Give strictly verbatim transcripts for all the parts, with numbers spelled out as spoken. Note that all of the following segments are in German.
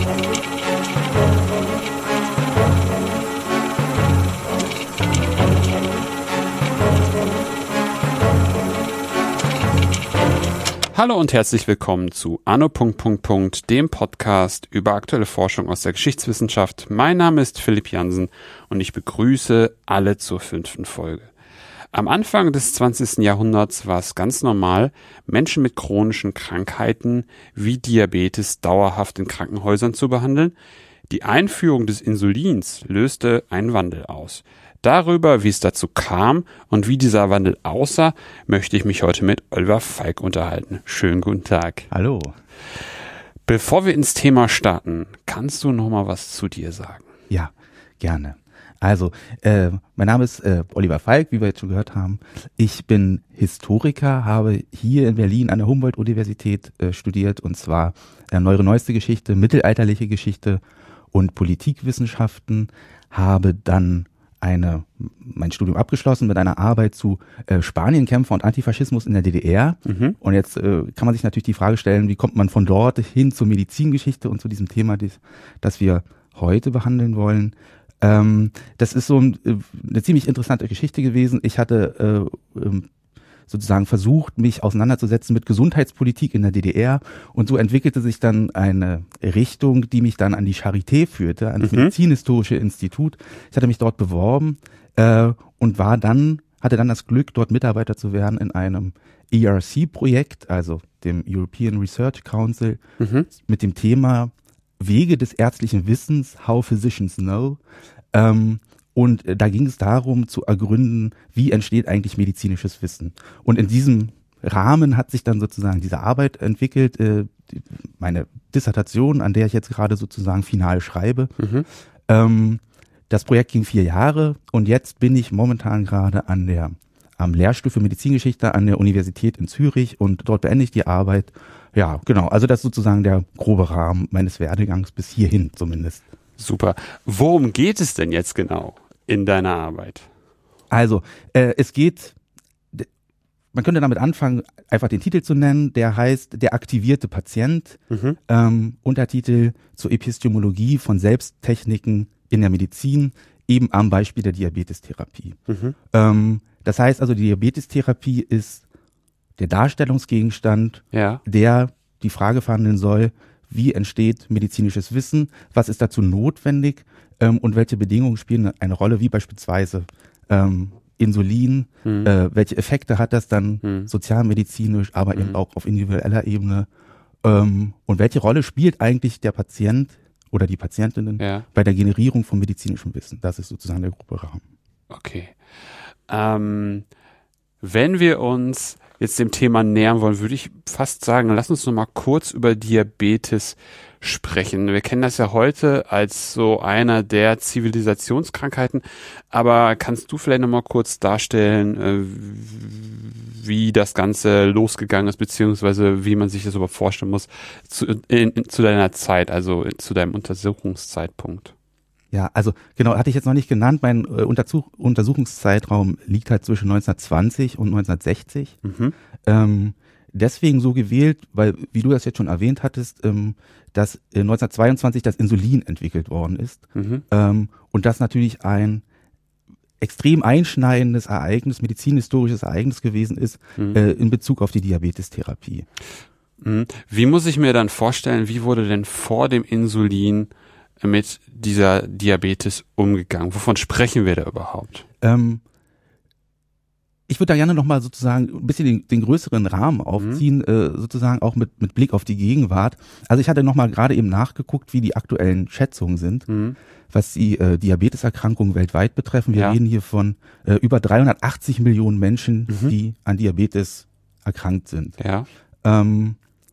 Hallo und herzlich willkommen zu Anno. dem Podcast über aktuelle Forschung aus der Geschichtswissenschaft. Mein Name ist Philipp Jansen und ich begrüße alle zur fünften Folge. Am Anfang des zwanzigsten Jahrhunderts war es ganz normal, Menschen mit chronischen Krankheiten wie Diabetes dauerhaft in Krankenhäusern zu behandeln. Die Einführung des Insulins löste einen Wandel aus. Darüber, wie es dazu kam und wie dieser Wandel aussah, möchte ich mich heute mit Oliver Falk unterhalten. Schönen guten Tag. Hallo. Bevor wir ins Thema starten, kannst du noch mal was zu dir sagen? Ja, gerne. Also, äh, mein Name ist äh, Oliver Falk, wie wir jetzt schon gehört haben. Ich bin Historiker, habe hier in Berlin an der Humboldt-Universität äh, studiert, und zwar äh, Neuere Neueste Geschichte, mittelalterliche Geschichte und Politikwissenschaften, habe dann eine, mein Studium abgeschlossen mit einer Arbeit zu äh, Spanienkämpfer und Antifaschismus in der D D R. Mhm. Und jetzt äh, kann man sich natürlich die Frage stellen, wie kommt man von dort hin zur Medizingeschichte und zu diesem Thema, das, das wir heute behandeln wollen. Ähm, das ist so ein, äh, eine ziemlich interessante Geschichte gewesen. Ich hatte äh, äh, sozusagen versucht, mich auseinanderzusetzen mit Gesundheitspolitik in der D D R, und so entwickelte sich dann eine Richtung, die mich dann an die Charité führte, an das mhm. Medizinhistorische Institut. Ich hatte mich dort beworben äh, und war dann, hatte dann das Glück, dort Mitarbeiter zu werden in einem E R C-Projekt, also dem European Research Council, mhm. mit dem Thema Wege des ärztlichen Wissens, How Physicians Know. Ähm, Und da ging es darum, zu ergründen, wie entsteht eigentlich medizinisches Wissen. Und in diesem Rahmen hat sich dann sozusagen diese Arbeit entwickelt, äh, meine Dissertation, an der ich jetzt gerade sozusagen final schreibe. Mhm. Ähm, das Projekt ging vier Jahre und jetzt bin ich momentan gerade an der am Lehrstuhl für Medizingeschichte an der Universität in Zürich, und dort beende ich die Arbeit. Ja, genau. Also das ist sozusagen der grobe Rahmen meines Werdegangs bis hierhin zumindest. Super. Worum geht es denn jetzt genau in deiner Arbeit? Also, äh, es geht, man könnte damit anfangen, einfach den Titel zu nennen, der heißt Der aktivierte Patient, mhm. ähm, Untertitel zur Epistemologie von Selbsttechniken in der Medizin, eben am Beispiel der Diabetestherapie. Mhm. Ähm, das heißt also, die Diabetestherapie ist der Darstellungsgegenstand, ja. der die Frage verhandeln soll, wie entsteht medizinisches Wissen, was ist dazu notwendig ähm, und welche Bedingungen spielen eine Rolle, wie beispielsweise ähm, Insulin, hm. äh, welche Effekte hat das dann hm. sozialmedizinisch, aber hm. eben auch auf individueller Ebene, ähm, und welche Rolle spielt eigentlich der Patient oder die Patientinnen ja. bei der Generierung von medizinischem Wissen. Das ist sozusagen der grobe Rahmen. Okay. Ähm, wenn wir uns jetzt dem Thema nähern wollen, würde ich fast sagen, lass uns noch mal kurz über Diabetes sprechen. Wir kennen das ja heute als so einer der Zivilisationskrankheiten, aber kannst du vielleicht noch mal kurz darstellen, wie das Ganze losgegangen ist, beziehungsweise wie man sich das überhaupt vorstellen muss zu, in, in, zu deiner Zeit, also zu deinem Untersuchungszeitpunkt? Ja, also genau, hatte ich jetzt noch nicht genannt. Mein äh, Untersuch- Untersuchungszeitraum liegt halt zwischen neunzehnhundertzwanzig und neunzehnhundertsechzig. Mhm. Ähm, deswegen so gewählt, weil, wie du das jetzt schon erwähnt hattest, ähm, dass äh, neunzehnhundertzweiundzwanzig das Insulin entwickelt worden ist. Mhm. Ähm, und das natürlich ein extrem einschneidendes Ereignis, medizinhistorisches Ereignis gewesen ist, mhm. äh, in Bezug auf die Diabetestherapie. Mhm. Wie muss ich mir dann vorstellen, wie wurde denn vor dem Insulin mit dieser Diabetes umgegangen? Wovon sprechen wir da überhaupt? Ähm, ich würde da gerne nochmal sozusagen ein bisschen den, den größeren Rahmen aufziehen, mhm. äh, sozusagen auch mit, mit Blick auf die Gegenwart. Also ich hatte nochmal gerade eben nachgeguckt, wie die aktuellen Schätzungen sind, mhm. was die äh, Diabeteserkrankungen weltweit betreffen. Wir ja. reden hier von äh, über dreihundertachtzig Millionen Menschen, mhm. die an Diabetes erkrankt sind. Ja. Ähm,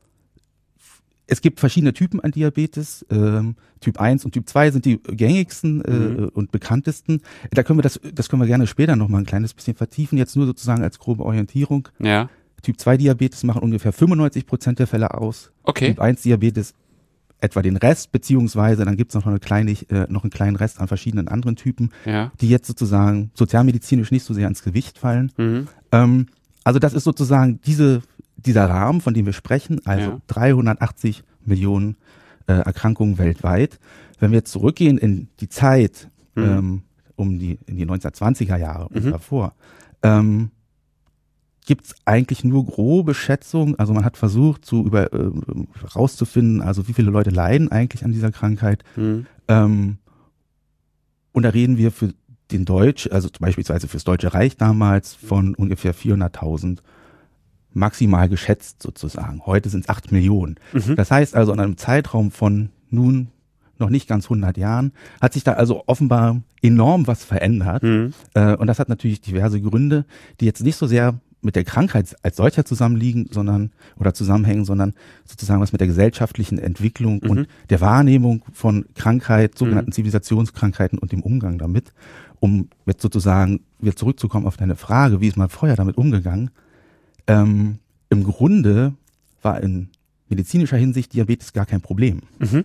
Es gibt verschiedene Typen an Diabetes. Ähm, Typ eins und Typ zwei sind die gängigsten äh, mhm. und bekanntesten. Da können wir das, das können wir gerne später noch mal ein kleines bisschen vertiefen. Jetzt nur sozusagen als grobe Orientierung. Ja. Typ zwei Diabetes machen ungefähr fünfundneunzig Prozent der Fälle aus. Okay. Typ eins Diabetes etwa den Rest, beziehungsweise dann gibt es noch eine kleine, äh, noch einen kleinen Rest an verschiedenen anderen Typen, ja. die jetzt sozusagen sozialmedizinisch nicht so sehr ans Gewicht fallen. Mhm. Ähm, also das ist sozusagen diese dieser Rahmen, von dem wir sprechen, also ja. dreihundertachtzig Millionen äh, Erkrankungen weltweit. Wenn wir jetzt zurückgehen in die Zeit, mhm. ähm, um die in die neunzehnhundertzwanziger Jahre und mhm. davor, ähm, gibt es eigentlich nur grobe Schätzungen. Also man hat versucht, zu über äh, rauszufinden, also wie viele Leute leiden eigentlich an dieser Krankheit. Mhm. Ähm, und da reden wir für den Deutsch, also beispielsweise fürs Deutsche Reich damals von ungefähr vierhunderttausend maximal geschätzt sozusagen. Heute sind es acht Millionen. Mhm. Das heißt also, in einem Zeitraum von nun noch nicht ganz hundert Jahren hat sich da also offenbar enorm was verändert. Mhm. Äh, und das hat natürlich diverse Gründe, die jetzt nicht so sehr mit der Krankheit als solcher zusammenliegen, sondern oder zusammenhängen, sondern sozusagen was mit der gesellschaftlichen Entwicklung mhm. und der Wahrnehmung von Krankheit, sogenannten mhm. Zivilisationskrankheiten und dem Umgang damit. Um jetzt sozusagen wieder zurückzukommen auf deine Frage, wie ist man vorher damit umgegangen? Ähm, im Grunde war in medizinischer Hinsicht Diabetes gar kein Problem. Mhm.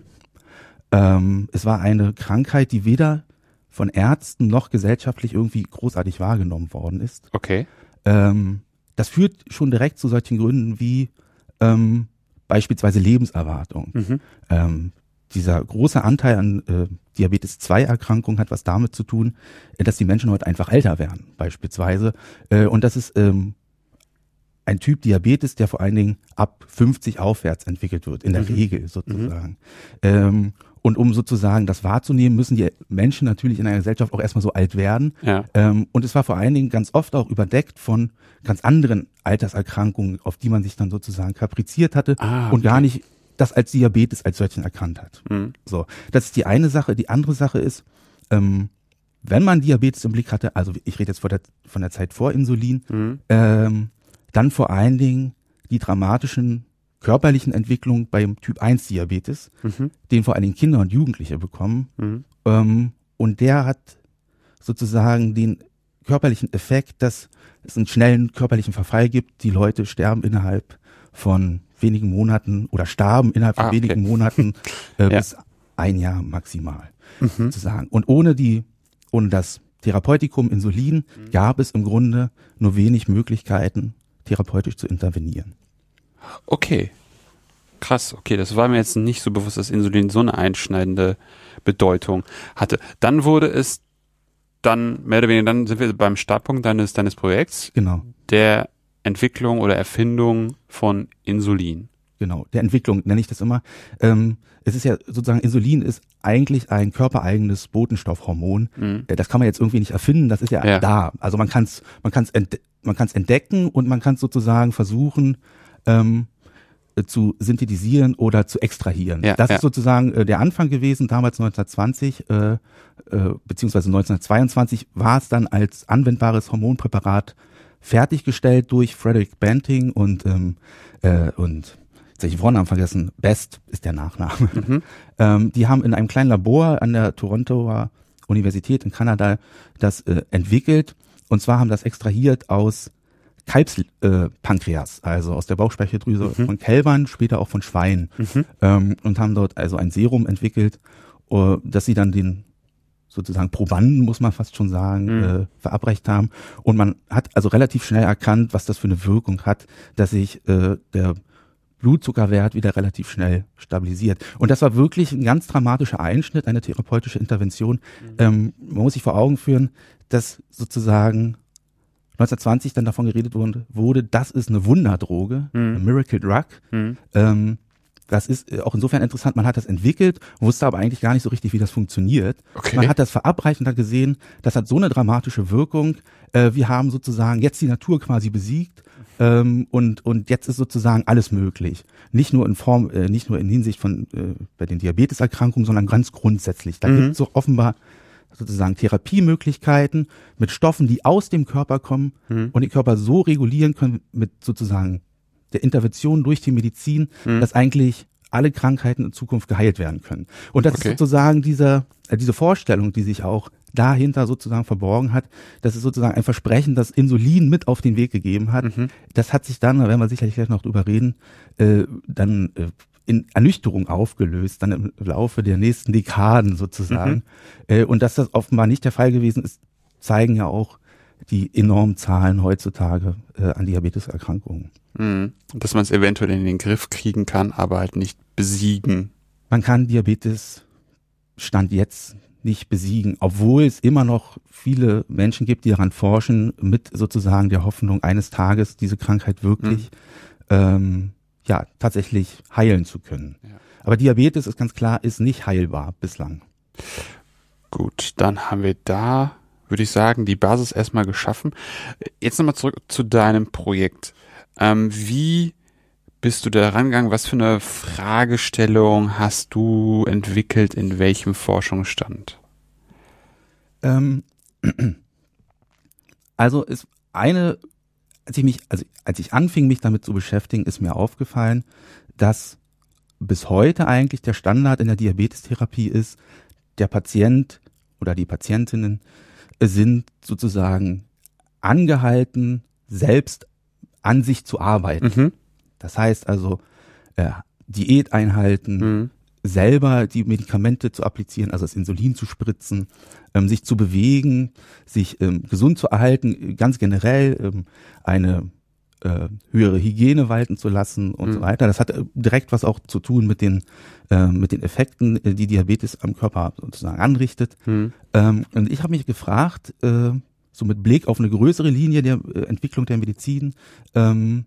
Ähm, es war eine Krankheit, die weder von Ärzten noch gesellschaftlich irgendwie großartig wahrgenommen worden ist. Okay. Ähm, das führt schon direkt zu solchen Gründen wie ähm, beispielsweise Lebenserwartung. Mhm. Ähm, dieser große Anteil an äh, Diabetes zwei Erkrankungen hat was damit zu tun, äh, dass die Menschen heute einfach älter werden, beispielsweise. Äh, und das ist ähm, ein Typ Diabetes, der vor allen Dingen ab fünfzig aufwärts entwickelt wird, in der mhm. Regel sozusagen. Mhm. Ähm, und um sozusagen das wahrzunehmen, müssen die Menschen natürlich in einer Gesellschaft auch erstmal so alt werden. Ja. Ähm, und es war vor allen Dingen ganz oft auch überdeckt von ganz anderen Alterserkrankungen, auf die man sich dann sozusagen kapriziert hatte ah, okay. und gar nicht das als Diabetes als solchen erkannt hat. Mhm. So, das ist die eine Sache. Die andere Sache ist, ähm, wenn man Diabetes im Blick hatte, also ich rede jetzt von der, von der Zeit vor Insulin, mhm. ähm, dann vor allen Dingen die dramatischen körperlichen Entwicklungen beim Typ eins Diabetes, mhm. den vor allen Dingen Kinder und Jugendliche bekommen. Mhm. Ähm, und der hat sozusagen den körperlichen Effekt, dass es einen schnellen körperlichen Verfall gibt. Die Leute sterben innerhalb von wenigen Monaten oder starben innerhalb von ah, okay. wenigen Monaten äh, ja. bis ein Jahr maximal mhm. sozusagen. Und ohne die, ohne das Therapeutikum Insulin mhm. gab es im Grunde nur wenig Möglichkeiten, therapeutisch zu intervenieren. Okay, krass. Okay, das war mir jetzt nicht so bewusst, dass Insulin so eine einschneidende Bedeutung hatte. Dann wurde es dann, mehr oder weniger, dann sind wir beim Startpunkt deines, deines Projekts. Genau. Der Entwicklung oder Erfindung von Insulin. Genau, der Entwicklung nenne ich das immer. Ähm, es ist ja sozusagen, Insulin ist eigentlich ein körpereigenes Botenstoffhormon. Mhm. Das kann man jetzt irgendwie nicht erfinden, das ist ja, ja. da. Also man kann es man kann's ent, man kann's entdecken und man kann es sozusagen versuchen ähm, zu synthetisieren oder zu extrahieren. Ja, das ja. ist sozusagen äh, der Anfang gewesen, damals neunzehnhundertzwanzig, äh, äh, beziehungsweise neunzehnhundertzweiundzwanzig war es dann als anwendbares Hormonpräparat fertiggestellt durch Frederick Banting und ähm, äh, und jetzt habe ich den Vornamen vergessen, Best ist der Nachname. Mhm. ähm, die haben in einem kleinen Labor an der Torontoer Universität in Kanada das äh, entwickelt, und zwar haben das extrahiert aus Kalbspankreas, äh, also aus der Bauchspeicheldrüse mhm. von Kälbern, später auch von Schweinen, mhm. ähm, und haben dort also ein Serum entwickelt, uh, dass sie dann den sozusagen Probanden, muss man fast schon sagen, mhm. äh, verabreicht haben. Und man hat also relativ schnell erkannt, was das für eine Wirkung hat, dass sich äh, der Blutzuckerwert wieder relativ schnell stabilisiert. Und das war wirklich ein ganz dramatischer Einschnitt, eine therapeutische Intervention. Mhm. Ähm, man muss sich vor Augen führen, dass sozusagen neunzehnhundertzwanzig dann davon geredet wurde, wurde, das ist eine Wunderdroge, mhm. eine Miracle Drug. Mhm. Ähm, das ist auch insofern interessant, man hat das entwickelt, wusste aber eigentlich gar nicht so richtig, wie das funktioniert. Okay. Man hat das verabreicht und hat gesehen, das hat so eine dramatische Wirkung. Äh, wir haben sozusagen jetzt die Natur quasi besiegt, ähm, und und jetzt ist sozusagen alles möglich. Nicht nur in Form, äh, nicht nur in Hinsicht von äh, bei den Diabeteserkrankungen, sondern ganz grundsätzlich. Da mhm. gibt es so offenbar sozusagen Therapiemöglichkeiten mit Stoffen, die aus dem Körper kommen mhm. und den Körper so regulieren können mit sozusagen der Intervention durch die Medizin, mhm. dass eigentlich alle Krankheiten in Zukunft geheilt werden können. Und das okay. ist sozusagen diese, äh, diese Vorstellung, die sich auch dahinter sozusagen verborgen hat. Das ist sozusagen ein Versprechen, das Insulin mit auf den Weg gegeben hat. Mhm. Das hat sich dann, da werden wir sicherlich gleich noch drüber reden, äh, dann äh, in Ernüchterung aufgelöst, dann im Laufe der nächsten Dekaden sozusagen. Mhm. Äh, und dass das offenbar nicht der Fall gewesen ist, zeigen ja auch die enormen Zahlen heutzutage äh, an Diabeteserkrankungen. Mhm. Dass man es eventuell in den Griff kriegen kann, aber halt nicht besiegen man kann Diabetes Stand jetzt nicht besiegen, obwohl es immer noch viele Menschen gibt, die daran forschen, mit sozusagen der Hoffnung, eines Tages diese Krankheit wirklich mhm. ähm, ja tatsächlich heilen zu können. Ja. Aber Diabetes ist ganz klar, ist nicht heilbar bislang. Gut, dann haben wir da, würde ich sagen, die Basis erstmal geschaffen. Jetzt nochmal zurück zu deinem Projekt. Ähm, wie bist du da rangegangen? Was für eine Fragestellung hast du entwickelt, in welchem Forschungsstand? Ähm, also ist eine, als ich mich, also als ich anfing, mich damit zu beschäftigen, ist mir aufgefallen, dass bis heute eigentlich der Standard in der Diabetestherapie ist, der Patient oder die Patientinnen sind sozusagen angehalten, selbst an sich zu arbeiten. Mhm. Das heißt also, äh, Diät einhalten, mhm. selber die Medikamente zu applizieren, also das Insulin zu spritzen, ähm, sich zu bewegen, sich ähm, gesund zu erhalten, ganz generell ähm, eine äh, höhere Hygiene walten zu lassen und mhm. so weiter. Das hat äh, direkt was auch zu tun mit den äh, mit den Effekten, äh, die Diabetes am Körper sozusagen anrichtet. Mhm. Ähm, und ich habe mich gefragt, äh, so mit Blick auf eine größere Linie der äh, Entwicklung der Medizin, ähm,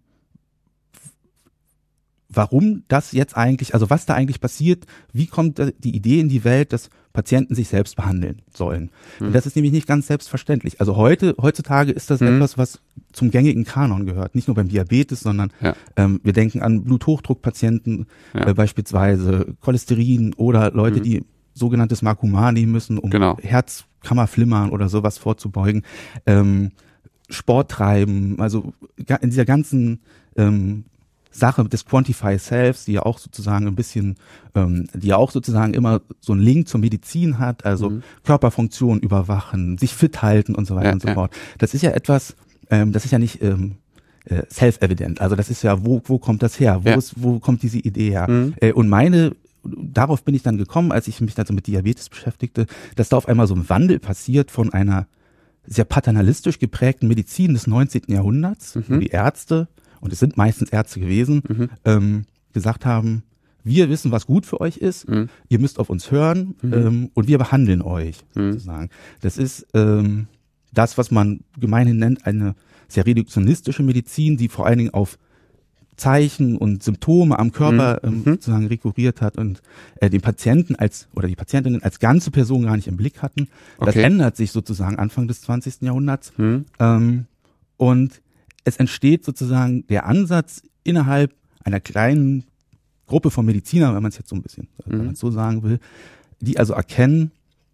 warum das jetzt eigentlich, also was da eigentlich passiert, wie kommt die Idee in die Welt, dass Patienten sich selbst behandeln sollen. Mhm. Und das ist nämlich nicht ganz selbstverständlich. Also heute, heutzutage ist das mhm. etwas, was zum gängigen Kanon gehört. Nicht nur beim Diabetes, sondern ja. ähm, wir denken an Bluthochdruckpatienten, ja. äh, beispielsweise Cholesterin oder Leute, mhm. die sogenanntes Makuma nehmen müssen, um genau. Herzkammerflimmern oder sowas vorzubeugen. Ähm, Sport treiben, also in dieser ganzen ähm, Sache des Quantify Selves, die ja auch sozusagen ein bisschen, ähm, die ja auch sozusagen immer so einen Link zur Medizin hat, also mhm. Körperfunktion überwachen, sich fit halten und so weiter ja, und so ja. fort. Das ist ja etwas, ähm, das ist ja nicht ähm, äh, self-evident. Also das ist ja, wo wo kommt das her? Wo ja. ist, wo kommt diese Idee her? Mhm. Äh, und meine, darauf bin ich dann gekommen, als ich mich dann so mit Diabetes beschäftigte, dass da auf einmal so ein Wandel passiert von einer sehr paternalistisch geprägten Medizin des neunzehnten Jahrhunderts, mhm. wo die Ärzte, und es sind meistens Ärzte gewesen, mhm. ähm, gesagt haben, wir wissen, was gut für euch ist, mhm. ihr müsst auf uns hören mhm. ähm, und wir behandeln euch, mhm. sozusagen. Das ist ähm, das, was man gemeinhin nennt, eine sehr reduktionistische Medizin, die vor allen Dingen auf Zeichen und Symptome am Körper mhm. ähm, sozusagen rekurriert hat und äh, den Patienten als oder die Patientinnen als ganze Person gar nicht im Blick hatten. Das okay. ändert sich sozusagen Anfang des zwanzigsten Jahrhunderts. Mhm. Ähm, und es entsteht sozusagen der Ansatz innerhalb einer kleinen Gruppe von Medizinern, wenn man es jetzt so ein bisschen, mhm. wenn man es so sagen will, die also erkennen,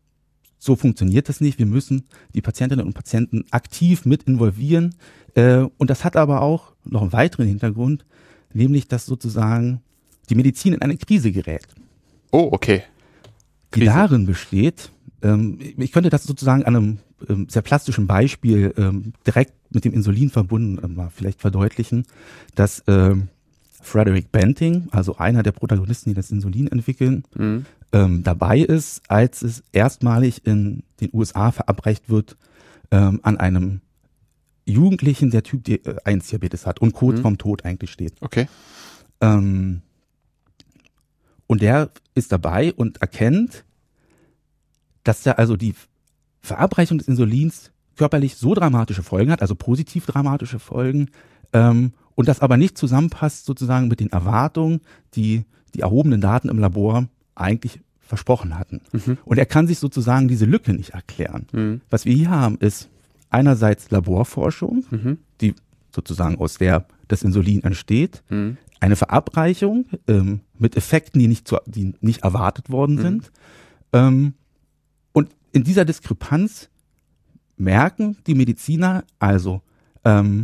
so funktioniert das nicht. Wir müssen die Patientinnen und Patienten aktiv mit involvieren. Äh, und das hat aber auch noch einen weiteren Hintergrund, nämlich, dass sozusagen die Medizin in eine Krise gerät. Oh, okay. Die Krise. darin besteht, ähm, ich könnte das sozusagen an einem ähm, sehr plastischen Beispiel ähm, direkt mit dem Insulin verbunden äh, mal vielleicht verdeutlichen, dass ähm, Frederick Banting, also einer der Protagonisten, die das Insulin entwickeln, mhm. ähm, dabei ist, als es erstmalig in den U S A verabreicht wird ähm, an einem Jugendlichen, der Typ eins Diabetes hat und kurz mhm. vorm Tod eigentlich steht. Okay. Ähm, und der ist dabei und erkennt, dass da also die Verabreichung des Insulins körperlich so dramatische Folgen hat, also positiv dramatische Folgen, ähm, und das aber nicht zusammenpasst sozusagen mit den Erwartungen, die die erhobenen Daten im Labor eigentlich versprochen hatten. Mhm. Und er kann sich sozusagen diese Lücke nicht erklären. Mhm. Was wir hier haben, ist einerseits Laborforschung, mhm. die sozusagen aus der das Insulin entsteht, mhm. eine Verabreichung ähm, mit Effekten, die nicht, zu, die nicht erwartet worden mhm. sind. Ähm, und in dieser Diskrepanz merken die Mediziner, also ähm,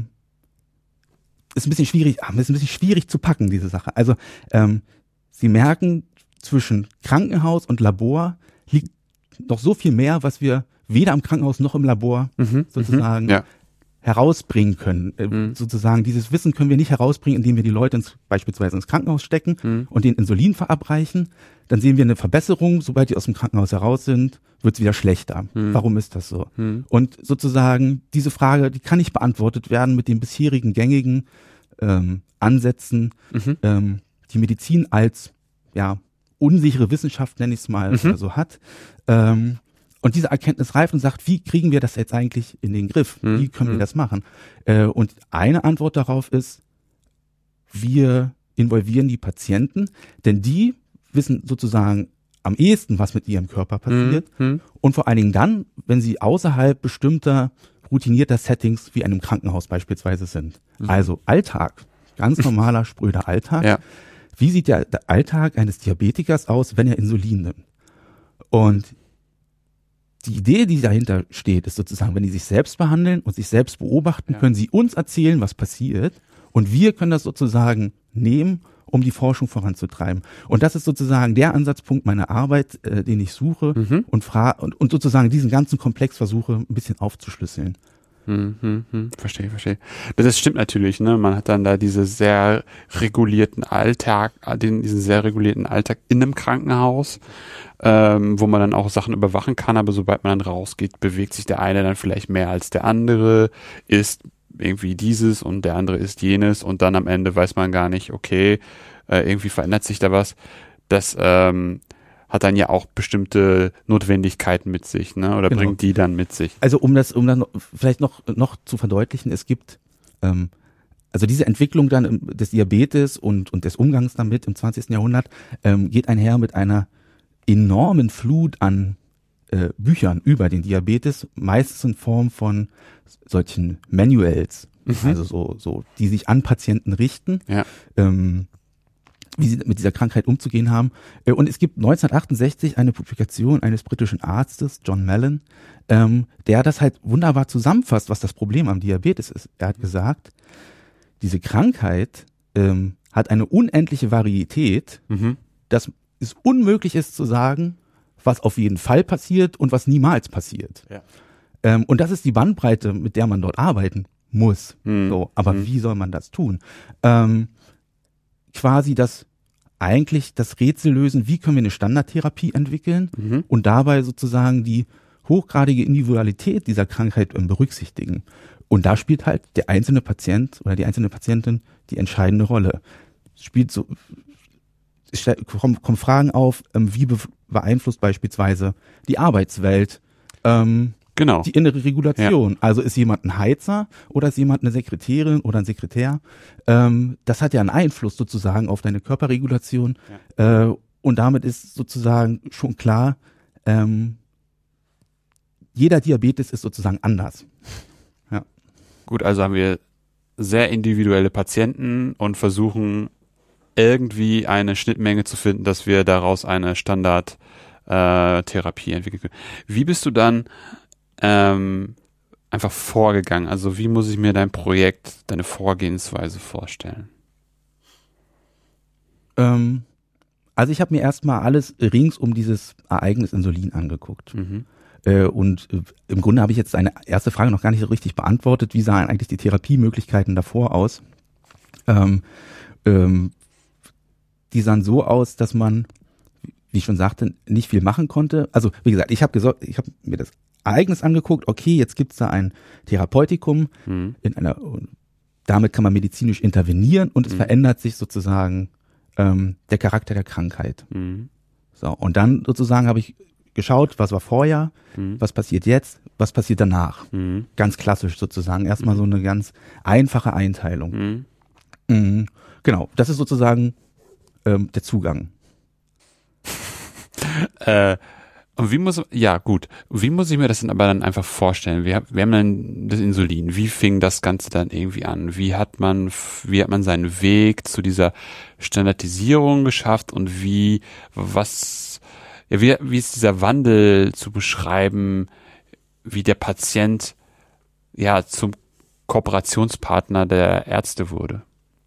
ist ein bisschen schwierig, ist ein bisschen schwierig zu packen, diese Sache. Also ähm, sie merken, zwischen Krankenhaus und Labor liegt noch so viel mehr, was wir weder am Krankenhaus noch im Labor mhm, sozusagen mhm, ja. herausbringen können. Äh, mhm. Sozusagen dieses Wissen können wir nicht herausbringen, indem wir die Leute ins, beispielsweise ins Krankenhaus stecken mhm. und den Insulin verabreichen. Dann sehen wir eine Verbesserung. Sobald die aus dem Krankenhaus heraus sind, wird es wieder schlechter. Mhm. Warum ist das so? Mhm. Und sozusagen diese Frage, die kann nicht beantwortet werden mit den bisherigen gängigen ähm, Ansätzen, mhm. ähm, die Medizin als ja unsichere Wissenschaft, nenne ich es mal, Mhm. so hat. Ähm, und diese Erkenntnis reift und sagt, wie kriegen wir das jetzt eigentlich in den Griff? Mhm. Wie können wir Mhm. das machen? Äh, und eine Antwort darauf ist, wir involvieren die Patienten, denn die wissen sozusagen am ehesten, was mit ihrem Körper passiert. Mhm. Und vor allen Dingen dann, wenn sie außerhalb bestimmter routinierter Settings wie einem Krankenhaus beispielsweise sind. Mhm. Also Alltag, ganz normaler, spröder Alltag. Ja. Wie sieht der, der Alltag eines Diabetikers aus, wenn er Insulin nimmt? Und die Idee, die dahinter steht, ist sozusagen, wenn die sich selbst behandeln und sich selbst beobachten, Ja. können sie uns erzählen, was passiert. Und wir können das sozusagen nehmen, um die Forschung voranzutreiben. Und das ist sozusagen der Ansatzpunkt meiner Arbeit, äh, den ich suche Mhm. und, fra- und, und sozusagen diesen ganzen Komplex versuche, ein bisschen aufzuschlüsseln. Hm, hm, hm. Verstehe, verstehe. Das stimmt natürlich, ne? Man hat dann da diese sehr regulierten Alltag, den, diesen sehr regulierten Alltag in einem Krankenhaus, ähm, wo man dann auch Sachen überwachen kann, aber sobald man dann rausgeht, bewegt sich der eine dann vielleicht mehr als der andere, ist irgendwie dieses und der andere ist jenes und dann am Ende weiß man gar nicht, okay, äh, irgendwie verändert sich da was. Das ähm, hat dann ja auch bestimmte Notwendigkeiten mit sich, ne? Oder Genau. bringt die dann mit sich. Also um das, um dann noch- vielleicht noch, noch zu verdeutlichen, es gibt ähm, also diese Entwicklung dann im- des Diabetes und, und des Umgangs damit im zwanzigsten Jahrhundert ähm, geht einher mit einer enormen Flut an äh, Büchern über den Diabetes, meistens in Form von solchen Manuals, Mhm. also so, so, die sich an Patienten richten, Ja. ähm, wie sie mit dieser Krankheit umzugehen haben. Äh, Und es gibt neunzehnhundertachtundsechzig eine Publikation eines britischen Arztes, John Mallon, ähm, der das halt wunderbar zusammenfasst, was das Problem am Diabetes ist. Er hat gesagt, diese Krankheit ähm, hat eine unendliche Varietät, Mhm. dass es unmöglich ist zu sagen, was auf jeden Fall passiert und was niemals passiert. Ja. Ähm, und das ist die Bandbreite, mit der man dort arbeiten muss. Mhm. So, aber Mhm. wie soll man das tun? Ähm, quasi das eigentlich das Rätsel lösen, wie können wir eine Standardtherapie entwickeln Mhm. und dabei sozusagen die hochgradige Individualität dieser Krankheit ähm, berücksichtigen. Und da spielt halt der einzelne Patient oder die einzelne Patientin die entscheidende Rolle. Es spielt so, es stell- kommen, kommen Fragen auf, ähm, wie be- beeinflusst beispielsweise die Arbeitswelt ähm, Genau. die innere Regulation. Also ist jemand ein Heizer oder ist jemand eine Sekretärin oder ein Sekretär? Ähm, das hat ja einen Einfluss sozusagen auf deine Körperregulation. Äh, und damit ist sozusagen schon klar, ähm, jeder Diabetes ist sozusagen anders. Gut, also haben wir sehr individuelle Patienten und versuchen irgendwie eine Schnittmenge zu finden, dass wir daraus eine Standardtherapie äh, Therapie entwickeln können. Wie bist du dann ähm, einfach vorgegangen? Also wie muss ich mir dein Projekt, deine Vorgehensweise vorstellen? Ähm, also ich habe mir erstmal alles rings um dieses Ereignis Insulin angeguckt. Mhm. Äh, und äh, im Grunde habe ich jetzt eine erste Frage noch gar nicht so richtig beantwortet. Wie sahen eigentlich die Therapiemöglichkeiten davor aus? Ähm, ähm, die sahen so aus, dass man, wie ich schon sagte, nicht viel machen konnte. Also wie gesagt, ich habe gesorgt, ich habe mir das Ereignis angeguckt. Okay, jetzt gibt's da ein Therapeutikum Mhm. in einer. Damit kann man medizinisch intervenieren und es Mhm. verändert sich sozusagen ähm, der Charakter der Krankheit. Mhm. So, und dann sozusagen habe ich geschaut, was war vorher, Mhm. was passiert jetzt, was passiert danach. Mhm. Ganz klassisch sozusagen. Erstmal so eine ganz einfache Einteilung. Mhm. Mhm. Genau, das ist sozusagen ähm, der Zugang. Äh, und wie muss, ja gut, wie muss ich mir das denn aber dann einfach vorstellen? Wir, wir haben dann das Insulin. Wie fing das Ganze dann irgendwie an? Wie hat man, wie hat man seinen Weg zu dieser Standardisierung geschafft und wie, was, ja, wie, wie ist dieser Wandel zu beschreiben, wie der Patient ja zum Kooperationspartner der Ärzte wurde?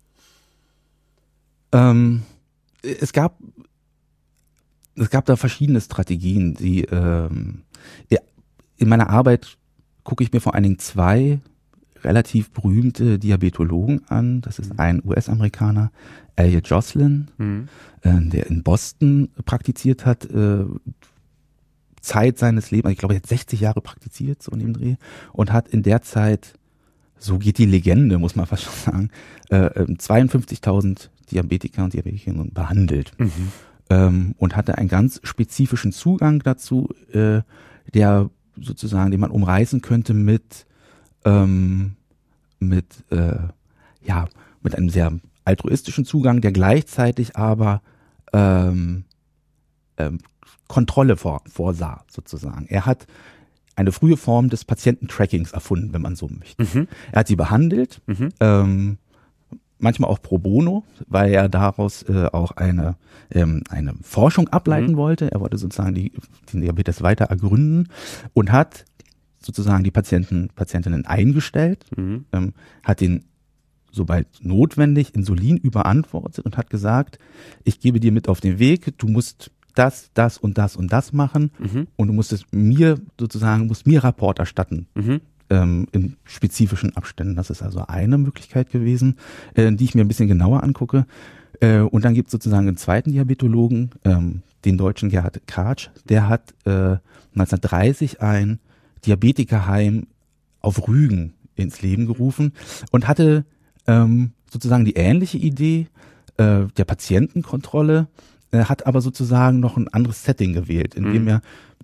Ähm, es gab es gab da verschiedene Strategien. Die ähm, ja, in meiner Arbeit gucke ich mir vor allen Dingen zwei relativ berühmte Diabetologen an. Das ist ein U S-Amerikaner, Elliot Joslin, Mhm. äh, der in Boston praktiziert hat, äh, Zeit seines Lebens, ich glaube, er hat sechzig Jahre praktiziert, so in dem Dreh, und hat in der Zeit, so geht die Legende, muss man fast schon sagen, äh, zweiundfünfzigtausend Diabetiker und Diabetikerinnen behandelt. Mhm. ähm, und hatte einen ganz spezifischen Zugang dazu, äh, der sozusagen, den man umreißen könnte mit ähm, mit äh, ja mit einem sehr altruistischen Zugang, der gleichzeitig aber ähm, ähm, Kontrolle vor, vorsah, sozusagen. Er hat eine frühe Form des Patiententrackings erfunden, wenn man so möchte. Mhm. Er hat sie behandelt, mhm. ähm, manchmal auch pro bono, weil er daraus äh, auch eine ähm, eine Forschung ableiten mhm. wollte. Er wollte sozusagen die, den Diabetes weiter ergründen und hat sozusagen die Patienten Patientinnen eingestellt, mhm. ähm, hat den sobald notwendig Insulin überantwortet und hat gesagt, ich gebe dir mit auf den Weg, du musst das, das und das und das machen mhm. und du musst es mir sozusagen, musst mir Rapport erstatten mhm. ähm, in spezifischen Abständen. Das ist also eine Möglichkeit gewesen, äh, die ich mir ein bisschen genauer angucke. Äh, und dann gibt es sozusagen einen zweiten Diabetologen, ähm, den deutschen Gerhard Kartsch, der hat äh, neunzehnhundertdreißig ein Diabetikerheim auf Rügen ins Leben gerufen und hatte ähm, sozusagen die ähnliche Idee äh, der Patientenkontrolle, äh, hat aber sozusagen noch ein anderes Setting gewählt, indem mhm. er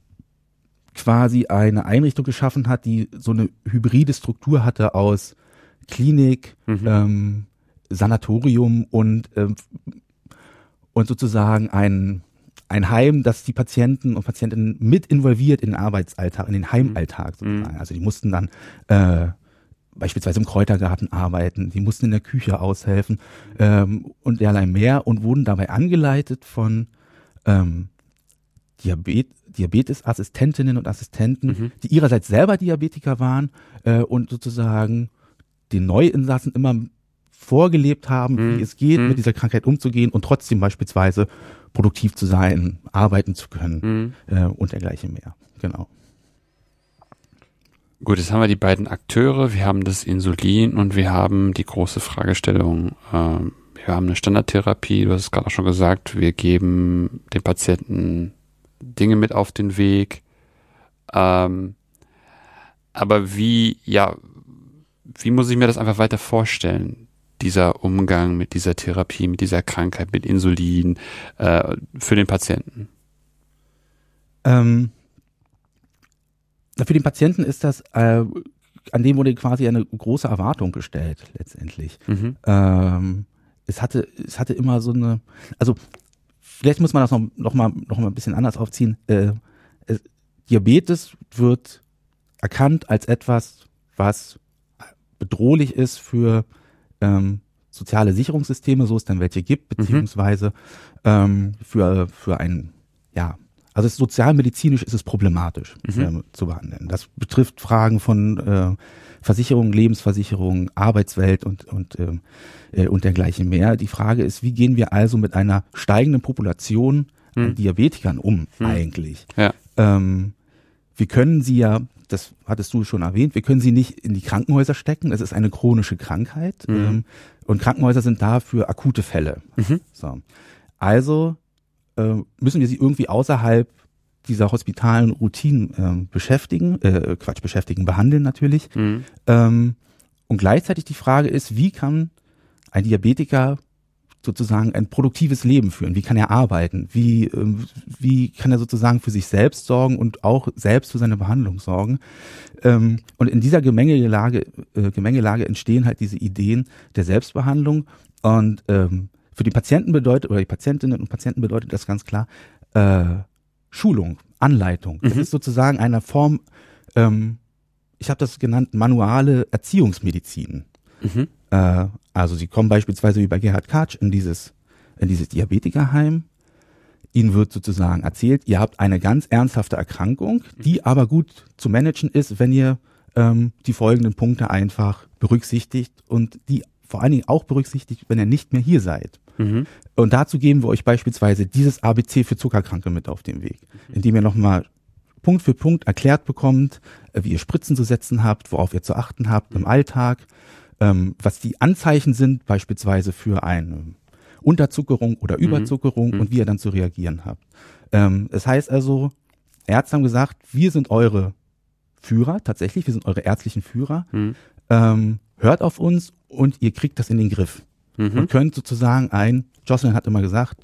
quasi eine Einrichtung geschaffen hat, die so eine hybride Struktur hatte aus Klinik, mhm. ähm, Sanatorium und ähm, und sozusagen ein ein Heim, das die Patienten und Patientinnen mit involviert in den Arbeitsalltag, in den Heimalltag sozusagen. Mhm. Also die mussten dann äh, beispielsweise im Kräutergarten arbeiten, die mussten in der Küche aushelfen ähm, und derlei mehr und wurden dabei angeleitet von ähm, Diabet Diabetesassistentinnen und Assistenten, mhm. die ihrerseits selber Diabetiker waren äh, und sozusagen den Neuinsassen immer vorgelebt haben, mhm. wie es geht, mhm. mit dieser Krankheit umzugehen und trotzdem beispielsweise produktiv zu sein, arbeiten zu können mhm. äh, und dergleichen mehr. Genau. Gut, jetzt haben wir die beiden Akteure, wir haben das Insulin und wir haben die große Fragestellung, äh, wir haben eine Standardtherapie, du hast es gerade auch schon gesagt, wir geben den Patienten Dinge mit auf den Weg, ähm, aber wie, ja, wie muss ich mir das einfach weiter vorstellen, dieser Umgang mit dieser Therapie, mit dieser Krankheit, mit Insulin äh, für den Patienten? Ähm Für den Patienten ist das, äh, an dem wurde quasi eine große Erwartung gestellt, letztendlich. Mhm. Ähm, es hatte, es hatte immer so eine, also vielleicht muss man das noch, noch mal, noch mal ein bisschen anders aufziehen. Äh, es, Diabetes wird erkannt als etwas, was bedrohlich ist für ähm, soziale Sicherungssysteme, so es dann welche gibt, beziehungsweise ähm, für für ein, ja, also es, sozialmedizinisch ist es problematisch mhm. äh, zu behandeln. Das betrifft Fragen von äh, Versicherung, Lebensversicherung, Arbeitswelt und und äh, und dergleichen mehr. Die Frage ist, wie gehen wir also mit einer steigenden Population mhm. an Diabetikern um mhm. eigentlich? Ja. Ähm, wir können sie ja, das hattest du schon erwähnt, wir können sie nicht in die Krankenhäuser stecken. Es ist eine chronische Krankheit mhm. ähm, und Krankenhäuser sind da für akute Fälle. Mhm. So. Also müssen wir sie irgendwie außerhalb dieser hospitalen Routinen ähm, beschäftigen, äh, Quatsch, beschäftigen, behandeln natürlich. Mhm. Ähm, und gleichzeitig die Frage ist, wie kann ein Diabetiker sozusagen ein produktives Leben führen? Wie kann er arbeiten? Wie, ähm, wie kann er sozusagen für sich selbst sorgen und auch selbst für seine Behandlung sorgen? Ähm, und in dieser Gemengelage, äh, Gemengelage entstehen halt diese Ideen der Selbstbehandlung und ähm, für die Patienten bedeutet, oder die Patientinnen und Patienten bedeutet das ganz klar, äh, Schulung, Anleitung. Mhm. Das ist sozusagen eine Form, ähm, ich habe das genannt, manuale Erziehungsmedizin. Mhm. Äh, also sie kommen beispielsweise wie bei Gerhard Kartsch in dieses, in dieses Diabetikerheim. Ihnen wird sozusagen erzählt, ihr habt eine ganz ernsthafte Erkrankung, die aber gut zu managen ist, wenn ihr ähm, die folgenden Punkte einfach berücksichtigt und die vor allen Dingen auch berücksichtigt, wenn ihr nicht mehr hier seid. Mhm. Und dazu geben wir euch beispielsweise dieses A B C für Zuckerkranke mit auf den Weg, indem ihr nochmal Punkt für Punkt erklärt bekommt, wie ihr Spritzen zu setzen habt, worauf ihr zu achten habt im Alltag, ähm, was die Anzeichen sind, beispielsweise für eine Unterzuckerung oder Überzuckerung mhm. und wie ihr dann zu reagieren habt. Ähm, das heißt also, Ärzte haben gesagt, wir sind eure Führer, tatsächlich, wir sind eure ärztlichen Führer, mhm. ähm, hört auf uns und ihr kriegt das in den Griff. Mhm. Und könnt sozusagen ein, Jocelyn hat immer gesagt,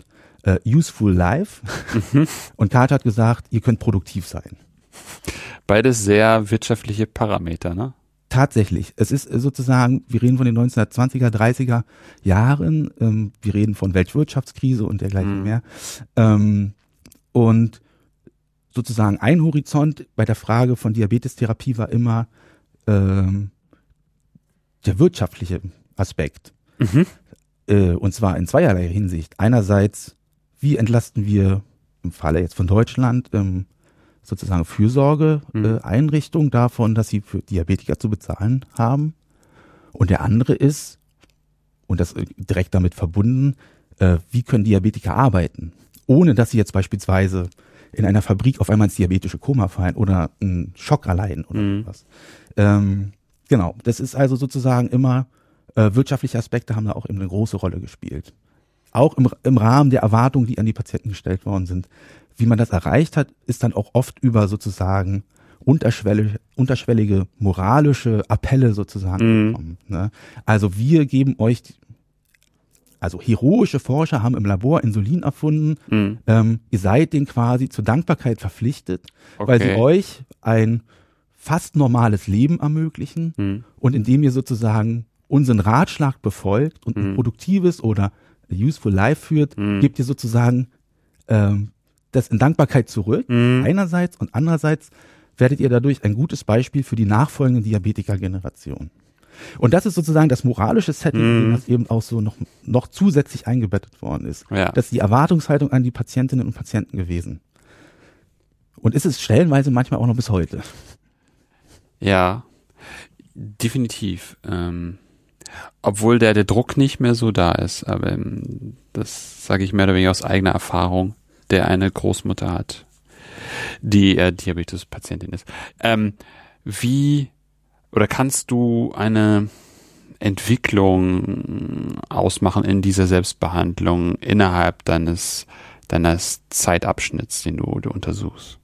äh, useful life. Mhm. Und Carter hat gesagt, ihr könnt produktiv sein. Beides sehr wirtschaftliche Parameter, ne? Tatsächlich. Es ist sozusagen, wir reden von den neunzehnhundertzwanziger, dreißiger Jahren, ähm, wir reden von Weltwirtschaftskrise und dergleichen mhm. mehr. Ähm, und sozusagen ein Horizont bei der Frage von Diabetestherapie war immer ähm, der wirtschaftliche Aspekt. Mhm. Äh, und zwar in zweierlei Hinsicht. Einerseits, wie entlasten wir im Falle jetzt von Deutschland ähm, sozusagen Fürsorgeeinrichtungen mhm. äh, davon, dass sie für Diabetiker zu bezahlen haben. Und der andere ist, und das direkt damit verbunden, äh, wie können Diabetiker arbeiten, ohne dass sie jetzt beispielsweise in einer Fabrik auf einmal ins diabetische Koma fallen oder einen Schock erleiden oder mhm. was. Ähm, genau, das ist also sozusagen immer, äh, wirtschaftliche Aspekte haben da auch eben eine große Rolle gespielt. Auch im, im Rahmen der Erwartungen, die an die Patienten gestellt worden sind. Wie man das erreicht hat, ist dann auch oft über sozusagen unterschwellige, unterschwellige moralische Appelle sozusagen mhm. gekommen. Ne? Also wir geben euch, also heroische Forscher haben im Labor Insulin erfunden, mhm. ähm, ihr seid denen quasi zur Dankbarkeit verpflichtet, okay. weil sie euch ein fast normales Leben ermöglichen mhm. und indem ihr sozusagen unseren Ratschlag befolgt und mhm. ein produktives oder useful life führt, mhm. gebt ihr sozusagen ähm, das in Dankbarkeit zurück, mhm. einerseits, und andererseits werdet ihr dadurch ein gutes Beispiel für die nachfolgende Diabetiker-Generation. Und das ist sozusagen das moralische Setting, mhm. das eben auch so noch, noch zusätzlich eingebettet worden ist. Ja. Das ist die Erwartungshaltung an die Patientinnen und Patienten gewesen. Und ist es stellenweise manchmal auch noch bis heute. Ja, definitiv. Ähm, obwohl der, der Druck nicht mehr so da ist. Aber ähm, das sage ich mehr oder weniger aus eigener Erfahrung, der eine Großmutter hat, die äh, Diabetes-Patientin ist. Ähm, wie oder kannst du eine Entwicklung ausmachen in dieser Selbstbehandlung innerhalb deines deines Zeitabschnitts, den du, du untersuchst?